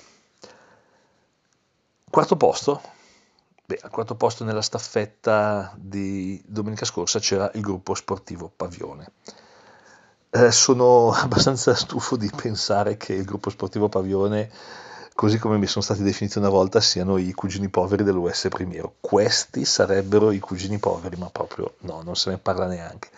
Quarto posto, al quarto posto nella staffetta di domenica scorsa c'era il gruppo sportivo Pavione. Sono abbastanza stufo di pensare che il gruppo sportivo Pavione, così come mi sono stati definiti una volta, siano i cugini poveri dell'US Primiero. Questi sarebbero i cugini poveri, ma proprio no, non se ne parla neanche.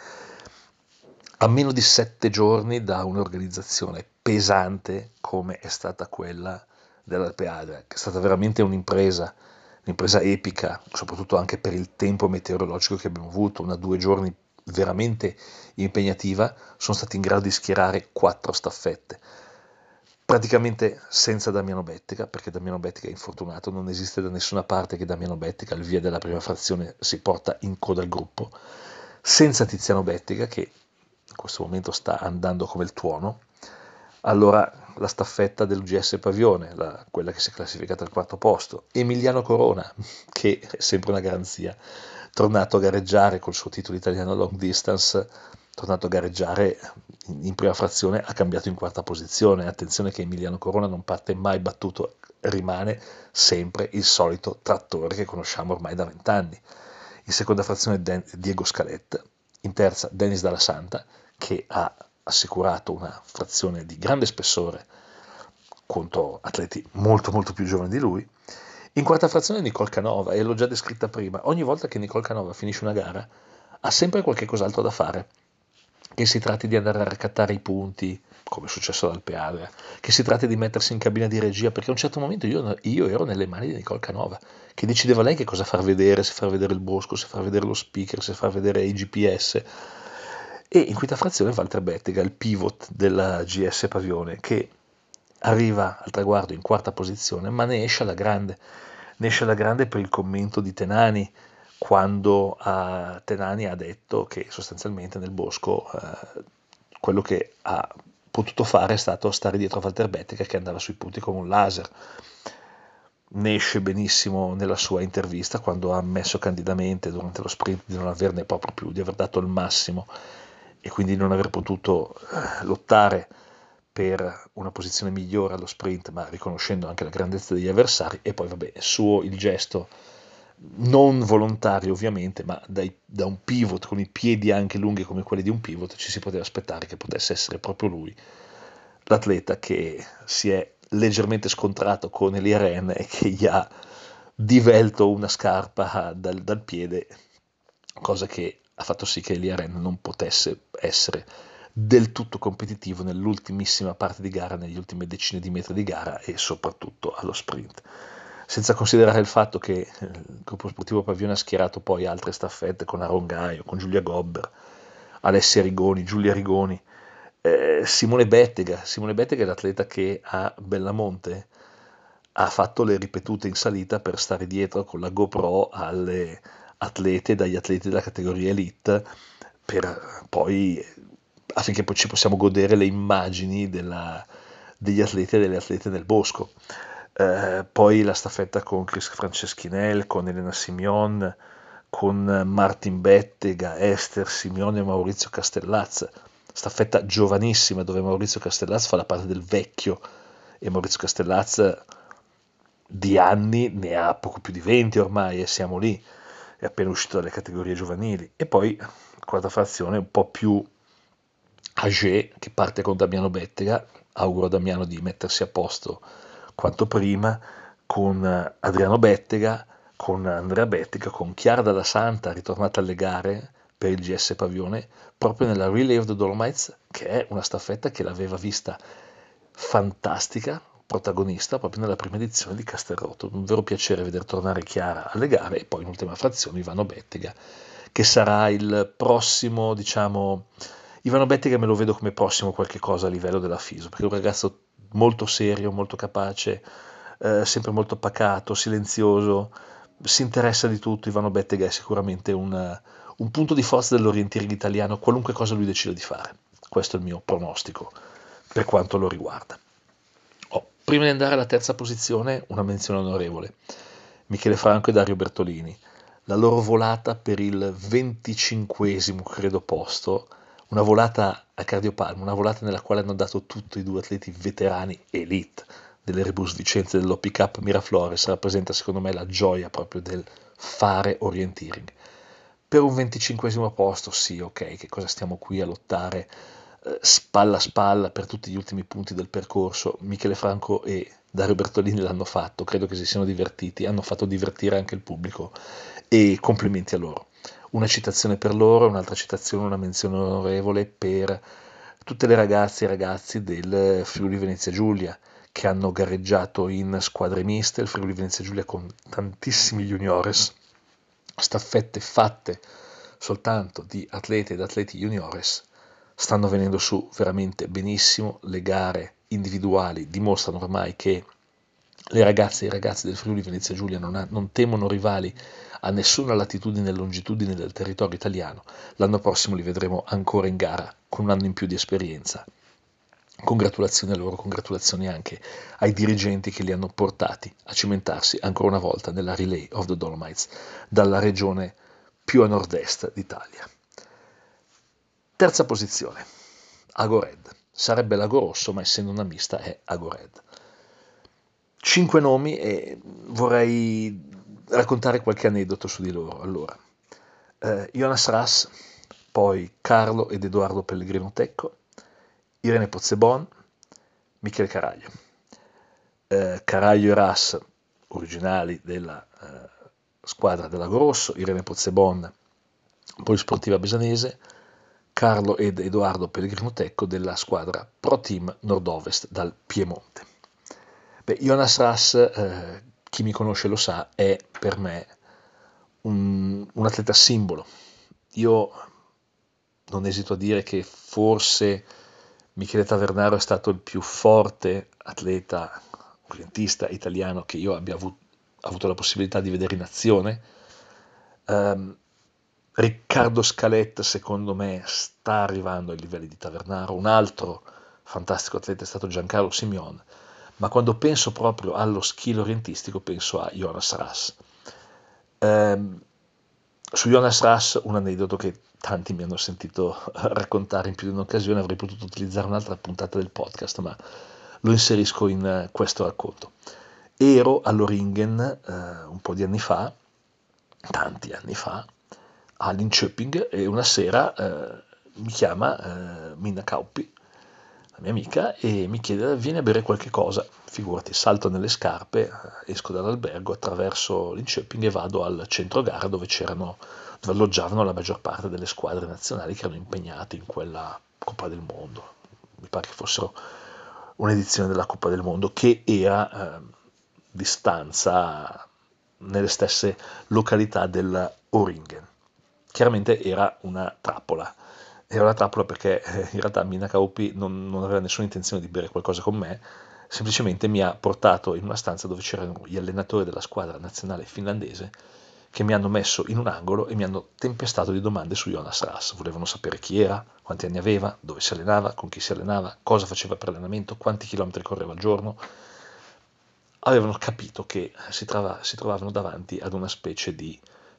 A meno di 7 giorni da un'organizzazione pesante come è stata quella dell'Alpe Adria, che è stata veramente un'impresa epica, soprattutto anche per il tempo meteorologico che abbiamo avuto, una 2 giorni veramente impegnativa, sono stati in grado di schierare 4 staffette, praticamente senza Damiano Bettica, perché Damiano Bettica è infortunato, non esiste da nessuna parte che Damiano Bettica, il via della prima frazione, si porta in coda al gruppo, senza Tiziano Bettica, che in questo momento sta andando come il tuono. Allora la staffetta dell'UGS Pavione, quella che si è classificata al quarto posto, Emiliano Corona, che è sempre una garanzia, tornato a gareggiare col suo titolo italiano long distance, tornato a gareggiare in prima frazione, ha cambiato in quarta posizione. Attenzione che Emiliano Corona non parte mai battuto, rimane sempre il solito trattore che conosciamo ormai da 20 anni. In seconda frazione Diego Scaletta, in terza Denis Dalla Santa, che ha assicurato una frazione di grande spessore contro atleti molto molto più giovani di lui. In quarta frazione Nicole Canova, e l'ho già descritta prima, ogni volta che Nicole Canova finisce una gara ha sempre qualche cos'altro da fare, che si tratti di andare a raccattare i punti, come è successo ad Alpe Adria, che si tratti di mettersi in cabina di regia, perché a un certo momento io ero nelle mani di Nicole Canova, che decideva lei che cosa far vedere, se far vedere il bosco, se far vedere lo speaker, se far vedere i GPS. E in quinta frazione Walter Bettega, il pivot della GS Pavione, che arriva al traguardo in quarta posizione, ma ne esce alla grande. Ne esce alla grande per il commento di Tenani, quando Tenani ha detto che sostanzialmente nel bosco quello che ha potuto fare è stato stare dietro a Walter Bettega, che andava sui punti come un laser. Ne esce benissimo nella sua intervista, quando ha ammesso candidamente durante lo sprint di non averne proprio più, di aver dato il massimo e quindi non aver potuto lottare per una posizione migliore allo sprint, ma riconoscendo anche la grandezza degli avversari. E poi vabbè, suo il gesto non volontario ovviamente, ma da un pivot con i piedi anche lunghi come quelli di un pivot, ci si poteva aspettare che potesse essere proprio lui l'atleta che si è leggermente scontrato con Elia Ren e che gli ha divelto una scarpa dal piede, cosa che ha fatto sì che Elia Ren non potesse essere del tutto competitivo nell'ultimissima parte di gara, negli ultime decine di metri di gara e soprattutto allo sprint. Senza considerare il fatto che il gruppo sportivo Pavione ha schierato poi altre staffette con Aaron Gaio, con Giulia Gobber, Alessia Rigoni, Giulia Rigoni, Simone Bettega è l'atleta che a Bellamonte ha fatto le ripetute in salita per stare dietro con la GoPro alle atlete, dagli atleti della categoria Elite, per poi affinché poi ci possiamo godere le immagini degli atleti e delle atlete nel bosco. Poi la staffetta con Chris Franceschinel, con Elena Simeon, con Martin Bettega, Esther Simeone e Maurizio Castellaz, staffetta giovanissima dove Maurizio Castellaz fa la parte del vecchio e Maurizio Castellaz di anni ne ha poco più di 20 ormai e siamo lì, è appena uscito dalle categorie giovanili. E poi quarta frazione un po' più âgé che parte con Damiano Bettega, auguro a Damiano di mettersi a posto quanto prima, con Adriano Bettega, con Andrea Bettega, con Chiara Dalla Santa, ritornata alle gare per il GS Pavione, proprio nella Relay of the Dolomites, che è una staffetta che l'aveva vista fantastica, protagonista proprio nella prima edizione di Castelrotto. Un vero piacere vedere tornare Chiara alle gare e poi in ultima frazione Ivano Bettega, che sarà il prossimo, diciamo, Ivano Bettega me lo vedo come prossimo qualche cosa a livello della FISO, perché è un ragazzo molto serio, molto capace, sempre molto pacato, silenzioso, si interessa di tutto. Ivano Bettega è sicuramente un punto di forza dell'orienteering italiano, qualunque cosa lui decida di fare. Questo è il mio pronostico per quanto lo riguarda. Prima di andare alla terza posizione, una menzione onorevole. Michele Franco e Dario Bertolini. La loro volata per il 25esimo, credo, posto, una volata a cardiopalmo, una volata nella quale hanno dato tutto i due atleti veterani elite dell'Erebus Vicenza e dell'OP Cup Miraflores, rappresenta secondo me la gioia proprio del fare orienteering. Per un 25esimo posto, sì, ok, che cosa stiamo qui a lottare spalla a spalla per tutti gli ultimi punti del percorso? Michele Franco e Dario Bertolini l'hanno fatto, credo che si siano divertiti, hanno fatto divertire anche il pubblico e complimenti a loro. Una citazione per loro, un'altra citazione, una menzione onorevole per tutte le ragazze e ragazzi del Friuli Venezia Giulia che hanno gareggiato in squadre miste, il Friuli Venezia Giulia con tantissimi juniores, staffette fatte soltanto di atlete ed atleti juniores, stanno venendo su veramente benissimo. Le gare individuali dimostrano ormai che le ragazze e i ragazzi del Friuli Venezia Giulia non temono rivali a nessuna latitudine e longitudine del territorio italiano. L'anno prossimo li vedremo ancora in gara con un anno in più di esperienza. Congratulazioni a loro, congratulazioni anche ai dirigenti che li hanno portati a cimentarsi ancora una volta nella Relay of the Dolomites dalla regione più a nord-est d'Italia. Terza posizione, Agored. Sarebbe l'Ago Rosso, ma essendo una mista è Agored. 5 nomi e vorrei raccontare qualche aneddoto su di loro. Allora, Jonas Ras, poi Carlo ed Edoardo Pellegrino Tecco, Irene Pozzebon, Michele Caraglio. Caraglio e Ras, originali della squadra dell'Ago Rosso, Irene Pozzebon, Polisportiva Besanese, Carlo ed Edoardo Pellegrino Tecco della squadra Pro Team Nord-Ovest dal Piemonte. Beh, Jonas Ras, chi mi conosce lo sa, è per me un atleta simbolo. Io non esito a dire che forse Michele Tavernaro è stato il più forte atleta orientista italiano che io abbia avuto la possibilità di vedere in azione. Riccardo Scaletta, secondo me, sta arrivando ai livelli di Tavernaro. Un altro fantastico atleta è stato Giancarlo Simeone, ma quando penso proprio allo skill orientistico penso a Jonas Ras. Su Jonas Ras un aneddoto che tanti mi hanno sentito raccontare in più di un'occasione, avrei potuto utilizzare un'altra puntata del podcast, ma lo inserisco in questo racconto. Ero all'Oringen un po' di anni fa, tanti anni fa, a Linköping, e una sera mi chiama Minna Kauppi, la mia amica, e mi chiede: vieni a bere qualche cosa. Figurati, salto nelle scarpe, esco dall'albergo, attraverso Linköping e vado al centro gara dove alloggiavano la maggior parte delle squadre nazionali che erano impegnate in quella Coppa del Mondo. Mi pare che fossero un'edizione della Coppa del Mondo che era di stanza nelle stesse località del Oringen. Chiaramente era una trappola perché in realtà Minna Kauppi non aveva nessuna intenzione di bere qualcosa con me, semplicemente mi ha portato in una stanza dove c'erano gli allenatori della squadra nazionale finlandese che mi hanno messo in un angolo e mi hanno tempestato di domande su Jonas Ras. Volevano sapere chi era, quanti anni aveva, dove si allenava, con chi si allenava, cosa faceva per allenamento, quanti chilometri correva al giorno. Avevano capito che si trovavano davanti ad una specie di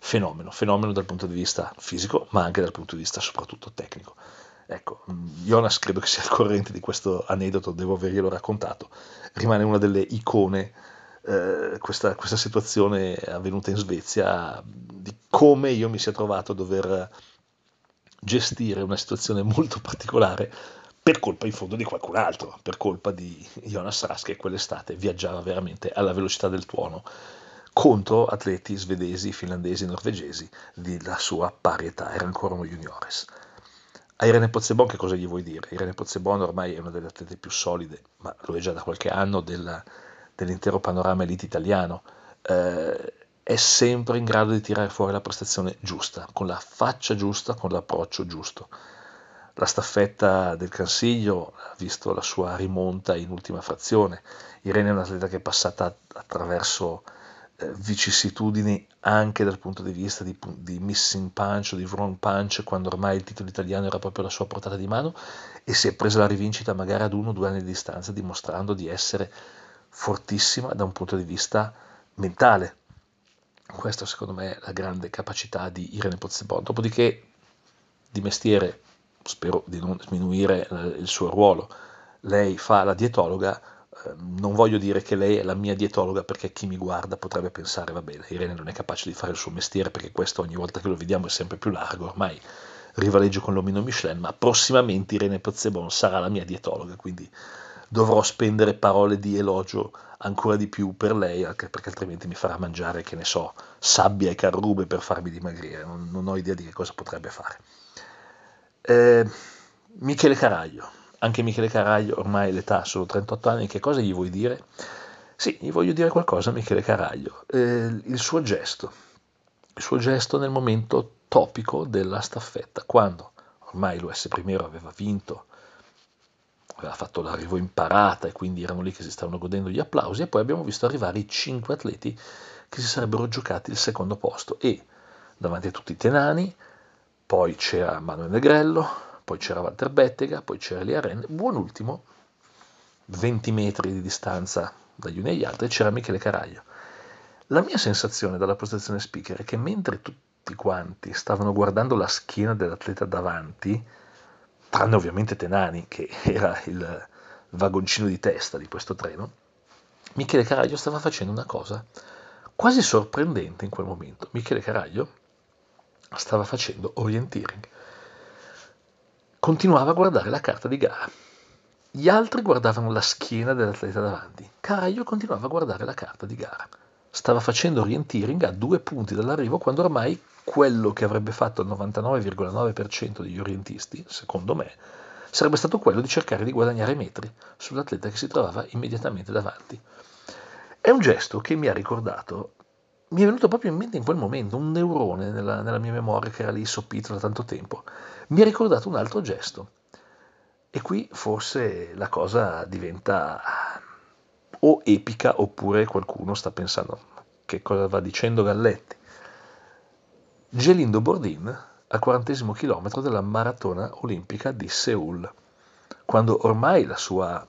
fenomeno dal punto di vista fisico, ma anche dal punto di vista soprattutto tecnico. Ecco, Jonas credo che sia al corrente di questo aneddoto, devo averglielo raccontato, rimane una delle icone, questa situazione avvenuta in Svezia, di come io mi sia trovato a dover gestire una situazione molto particolare per colpa in fondo di qualcun altro, per colpa di Jonas Rask, che quell'estate viaggiava veramente alla velocità del tuono contro atleti svedesi, finlandesi e norvegesi della sua pari età, era ancora uno juniores. A Irene Pozzebon che cosa gli vuoi dire? Irene Pozzebon ormai è una delle atlete più solide, ma lo è già da qualche anno, dell'intero panorama elite italiano. È sempre in grado di tirare fuori la prestazione giusta, con la faccia giusta, con l'approccio giusto. La staffetta del Cansiglio ha visto la sua rimonta in ultima frazione. Irene è un'atleta che è passata attraverso vicissitudini anche dal punto di vista di missing punch o di wrong punch, quando ormai il titolo italiano era proprio alla sua portata di mano, e si è presa la rivincita magari ad 1 o 2 anni di distanza, dimostrando di essere fortissima da un punto di vista mentale. Questa secondo me è la grande capacità di Irene Pozzebon. Dopodiché di mestiere, spero di non sminuire il suo ruolo, lei fa la dietologa. Non voglio dire che lei è la mia dietologa, perché chi mi guarda potrebbe pensare, va bene, Irene non è capace di fare il suo mestiere, perché questo ogni volta che lo vediamo è sempre più largo, ormai rivaleggio con l'omino Michelin, ma prossimamente Irene Pozzebon sarà la mia dietologa, quindi dovrò spendere parole di elogio ancora di più per lei, anche perché altrimenti mi farà mangiare, che ne so, sabbia e carrube per farmi dimagrire, non ho idea di che cosa potrebbe fare. Michele Caraglio, anche Michele Caraglio ormai l'età, solo 38 anni, che cosa gli vuoi dire? Sì, gli voglio dire qualcosa a Michele Caraglio, il suo gesto nel momento topico della staffetta, quando ormai l'US Primero aveva vinto, aveva fatto l'arrivo in parata e quindi erano lì che si stavano godendo gli applausi, e poi abbiamo visto arrivare i 5 atleti che si sarebbero giocati il secondo posto, e davanti a tutti i tenani, poi c'era Manuel Negrello, poi c'era Walter Bettega, poi c'era Elia Ren, buon ultimo, 20 metri di distanza dagli uni agli altri, c'era Michele Caraglio. La mia sensazione dalla posizione speaker è che mentre tutti quanti stavano guardando la schiena dell'atleta davanti, tranne ovviamente Tenani, che era il vagoncino di testa di questo treno, Michele Caraglio stava facendo una cosa quasi sorprendente in quel momento. Michele Caraglio stava facendo orienteering. Continuava a guardare la carta di gara. Gli altri guardavano la schiena dell'atleta davanti. Caraglio continuava a guardare la carta di gara. Stava facendo orienteering a 2 punti dall'arrivo, quando ormai quello che avrebbe fatto il 99,9% degli orientisti, secondo me, sarebbe stato quello di cercare di guadagnare metri sull'atleta che si trovava immediatamente davanti. È un gesto che mi è venuto proprio in mente in quel momento, un neurone nella mia memoria che era lì soppito da tanto tempo. Mi ha ricordato un altro gesto. E qui forse la cosa diventa o epica, oppure qualcuno sta pensando che cosa va dicendo Galletti. Gelindo Bordin al 40° chilometro della maratona olimpica di Seul, quando ormai la sua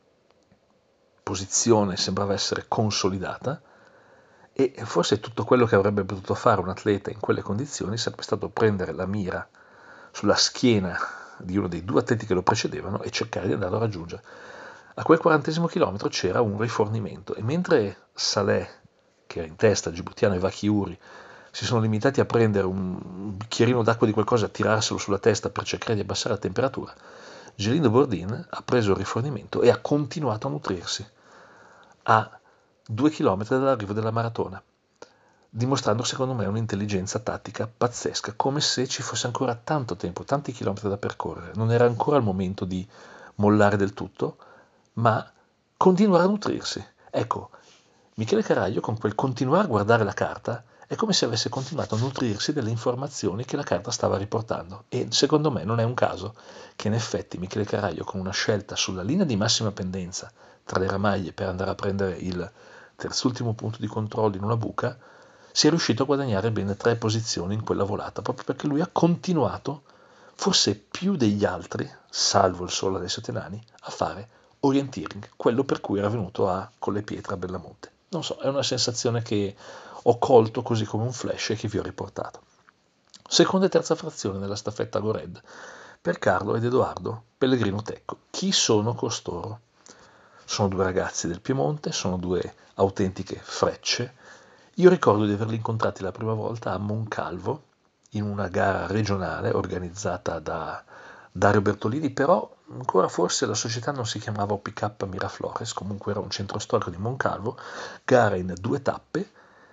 posizione sembrava essere consolidata, e forse tutto quello che avrebbe potuto fare un atleta in quelle condizioni sarebbe stato prendere la mira sulla schiena di uno dei 2 atleti che lo precedevano e cercare di andarlo a raggiungere. A quel 40° chilometro c'era un rifornimento, e mentre Saleh, che era in testa, Gibutiano e Vachiuri si sono limitati a prendere un bicchierino d'acqua di qualcosa e a tirarselo sulla testa per cercare di abbassare la temperatura, Gelindo Bordin ha preso il rifornimento e ha continuato a nutrirsi a 2 chilometri dall'arrivo della maratona, dimostrando secondo me un'intelligenza tattica pazzesca, come se ci fosse ancora tanto tempo, tanti chilometri da percorrere. Non era ancora il momento di mollare del tutto, ma continuare a nutrirsi. Ecco, Michele Caraglio, con quel continuare a guardare la carta, è come se avesse continuato a nutrirsi delle informazioni che la carta stava riportando, e secondo me non è un caso che in effetti Michele Caraglio, con una scelta sulla linea di massima pendenza tra le ramaglie per andare a prendere il terzultimo punto di controllo in una buca, sia riuscito a guadagnare ben 3 posizioni in quella volata, proprio perché lui ha continuato, forse più degli altri, salvo il solo Alessio Tenani, a fare orienteering, quello per cui era venuto a Collepietra a Bellamonte. Non so, è una sensazione che ho colto così come un flash e che vi ho riportato. Seconda e terza frazione nella staffetta Gored per Carlo ed Edoardo Pellegrino Tecco. Chi sono costoro? Sono due ragazzi del Piemonte, sono due autentiche frecce. Io ricordo di averli incontrati la prima volta a Moncalvo in una gara regionale organizzata da Dario Bertolini, però ancora forse la società non si chiamava OPK Miraflores, comunque era un centro storico di Moncalvo, gara in 2 tappe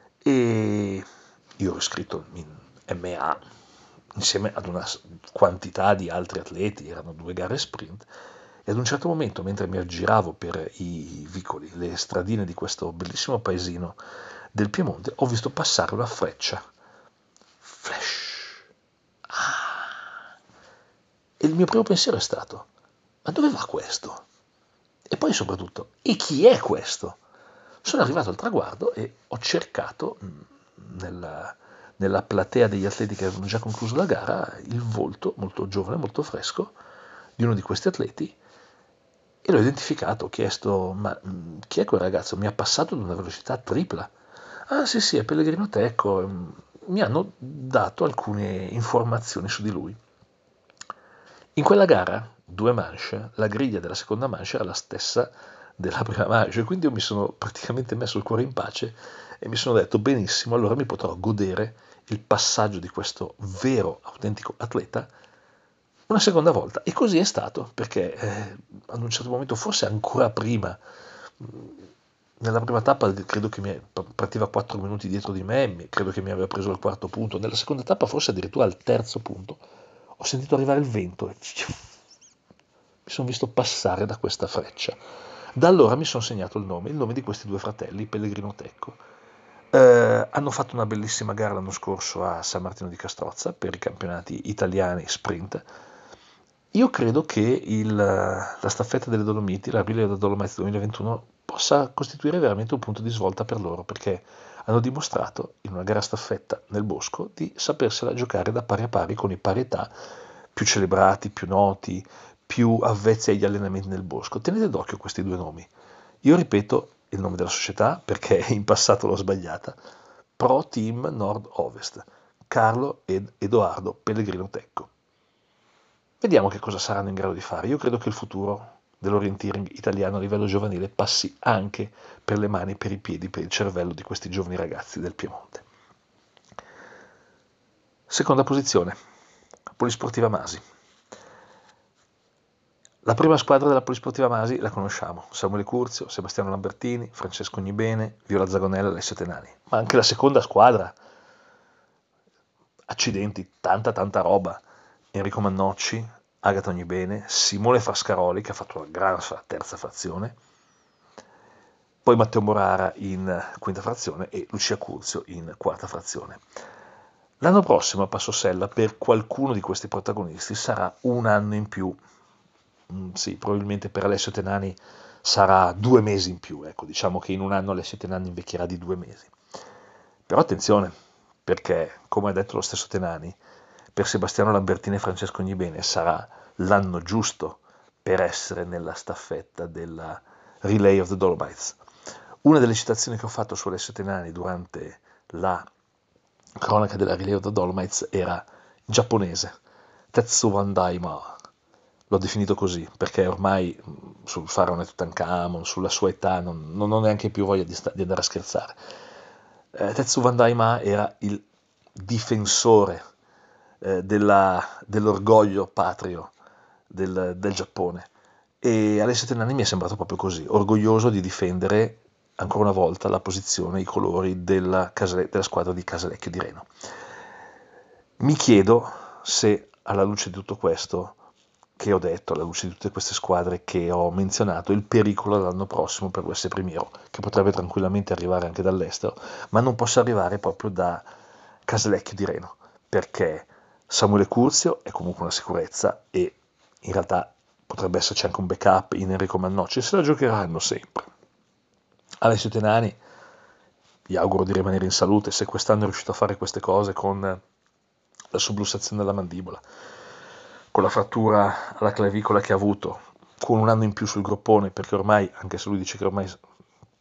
e io ero iscritto in MA insieme ad una quantità di altri atleti, erano 2 gare sprint e ad un certo momento, mentre mi aggiravo per i vicoli, le stradine di questo bellissimo paesino del Piemonte, ho visto passare una freccia. Flash. Ah. E il mio primo pensiero è stato, ma dove va questo? E poi soprattutto, e chi è questo? Sono arrivato al traguardo e ho cercato nella platea degli atleti che avevano già concluso la gara il volto molto giovane, molto fresco di uno di questi atleti e l'ho identificato, ho chiesto, ma chi è quel ragazzo? Mi ha passato ad una velocità tripla. Ah sì sì, è Pellegrino Tecco, mi hanno dato alcune informazioni su di lui. In quella gara, 2 manche, la griglia della seconda manche era la stessa della prima manche, quindi io mi sono praticamente messo il cuore in pace e mi sono detto benissimo, allora mi potrò godere il passaggio di questo vero, autentico atleta una seconda volta. E così è stato, perché ad un certo momento, forse ancora prima, nella prima tappa credo che partiva 4 minuti dietro di me, credo che mi aveva preso il quarto punto, nella seconda tappa forse addirittura al terzo punto, ho sentito arrivare il vento e mi sono visto passare da questa freccia. Da allora mi sono segnato il nome di questi 2 fratelli, Pellegrino Tecco. Hanno fatto una bellissima gara l'anno scorso a San Martino di Castrozza per i campionati italiani sprint. Io credo che la staffetta delle Dolomiti, la Relay of the Dolomites 2021, possa costituire veramente un punto di svolta per loro, perché hanno dimostrato in una gara staffetta nel bosco di sapersela giocare da pari a pari con i pari età più celebrati, più noti, più avvezzi agli allenamenti nel bosco. Tenete d'occhio questi 2 nomi. Io ripeto il nome della società perché in passato l'ho sbagliata. Pro Team Nord-Ovest, Carlo ed Edoardo Pellegrino Tecco. Vediamo che cosa saranno in grado di fare. Io credo che il futuro dell'orienteering italiano a livello giovanile passi anche per le mani, per i piedi, per il cervello di questi giovani ragazzi del Piemonte. Seconda posizione, Polisportiva Masi. La prima squadra della Polisportiva Masi la conosciamo, Samuele Curzio, Sebastiano Lambertini, Francesco Ognibene, Viola Zagonella e Alessio Tenani. Ma anche la seconda squadra, accidenti, tanta roba. Enrico Mannocci, Agata Ognibene, Simone Frascaroli che ha fatto una gran terza frazione, poi Matteo Morara in quinta frazione e Lucia Curzio in quarta frazione. L'anno prossimo a Passosella per qualcuno di questi protagonisti sarà un anno in più. Sì, probabilmente per Alessio Tenani sarà 2 mesi in più, ecco, diciamo che in un anno Alessio Tenani invecchierà di 2 mesi. Però attenzione, perché, come ha detto lo stesso Tenani, per Sebastiano Lambertini e Francesco Ognibene sarà l'anno giusto per essere nella staffetta della Relay of the Dolomites. Una delle citazioni che ho fatto su Alessio Tenani durante la cronaca della Relay of the Dolomites era giapponese, Tetsu Wandaima. L'ho definito così perché ormai sul faraone Tutankhamon, sulla sua età, non ho neanche più voglia di andare a scherzare. Tetsu Wandaima era il difensore dell'orgoglio patrio del Giappone e Alessio Tenani mi è sembrato proprio così, orgoglioso di difendere ancora una volta la posizione, i colori della squadra di Casalecchio di Reno. Mi chiedo se alla luce di tutto questo che ho detto, alla luce di tutte queste squadre che ho menzionato, il pericolo l'anno prossimo per l'US Primiero, che potrebbe tranquillamente arrivare anche dall'estero, ma non possa arrivare proprio da Casalecchio di Reno, perché Samuele Curzio è comunque una sicurezza e in realtà potrebbe esserci anche un backup in Enrico Mannocci, se la giocheranno sempre. Alessio Tenani, gli auguro di rimanere in salute, se quest'anno è riuscito a fare queste cose con la sublussazione della mandibola, con la frattura alla clavicola che ha avuto, con un anno in più sul groppone, perché ormai, anche se lui dice che ormai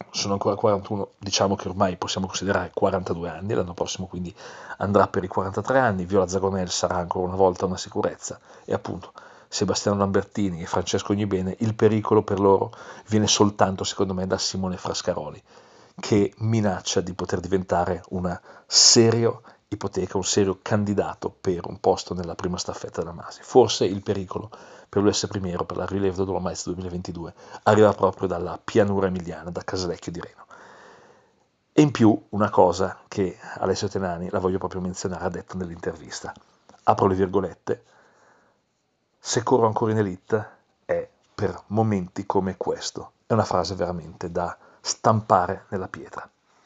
sono ancora 41, diciamo che ormai possiamo considerare 42 anni, l'anno prossimo quindi andrà per i 43 anni, Viola Zagonel sarà ancora una volta una sicurezza e appunto Sebastiano Lambertini e Francesco Ognibene, il pericolo per loro viene soltanto secondo me da Simone Frascaroli, che minaccia di poter diventare una seria ipoteca, un serio candidato per un posto nella prima staffetta della Masi. Forse il pericolo per l'US Primero, per la Relève de Dolomites 2022, arriva proprio dalla pianura emiliana, da Casalecchio di Reno. E in più una cosa che Alessio Tenani, la voglio proprio menzionare, ha detto nell'intervista, apro le virgolette, se corro ancora in elite è per momenti come questo. È una frase veramente da stampare nella pietra.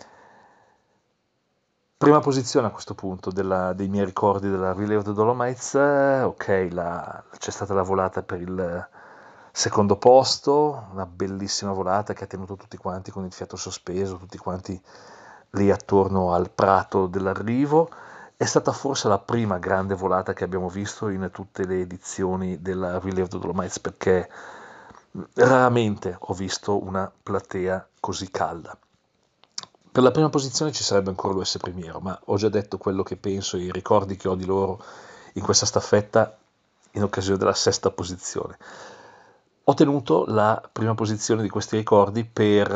Prima posizione a questo punto dei miei ricordi della Relay of the Dolomites, ok, c'è stata la volata per il secondo posto, una bellissima volata che ha tenuto tutti quanti con il fiato sospeso, tutti quanti lì attorno al prato dell'arrivo. È stata forse la prima grande volata che abbiamo visto in tutte le edizioni della Relay of the Dolomites, perché raramente ho visto una platea così calda. Per la prima posizione ci sarebbe ancora l'US Primiero, ma ho già detto quello che penso e i ricordi che ho di loro in questa staffetta in occasione della sesta posizione. Ho tenuto la prima posizione di questi ricordi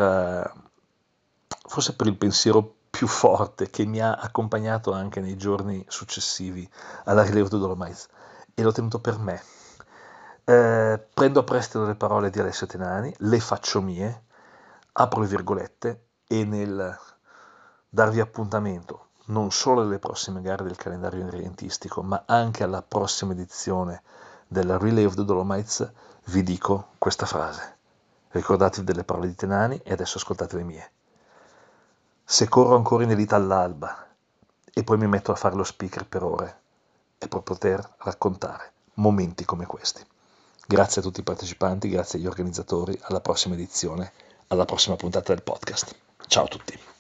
forse per il pensiero più forte che mi ha accompagnato anche nei giorni successivi alla Relay of the Dolomites, e l'ho tenuto per me. Prendo a prestito le parole di Alessio Tenani, le faccio mie, apro le virgolette, e nel darvi appuntamento non solo alle prossime gare del calendario orientistico, ma anche alla prossima edizione della Relay of the Dolomites, vi dico questa frase. Ricordatevi delle parole di Tenani e adesso ascoltate le mie. Se corro ancora in elite all'alba e poi mi metto a fare lo speaker per ore, è per poter raccontare momenti come questi. Grazie a tutti i partecipanti, grazie agli organizzatori, alla prossima edizione, alla prossima puntata del podcast. Ciao a tutti.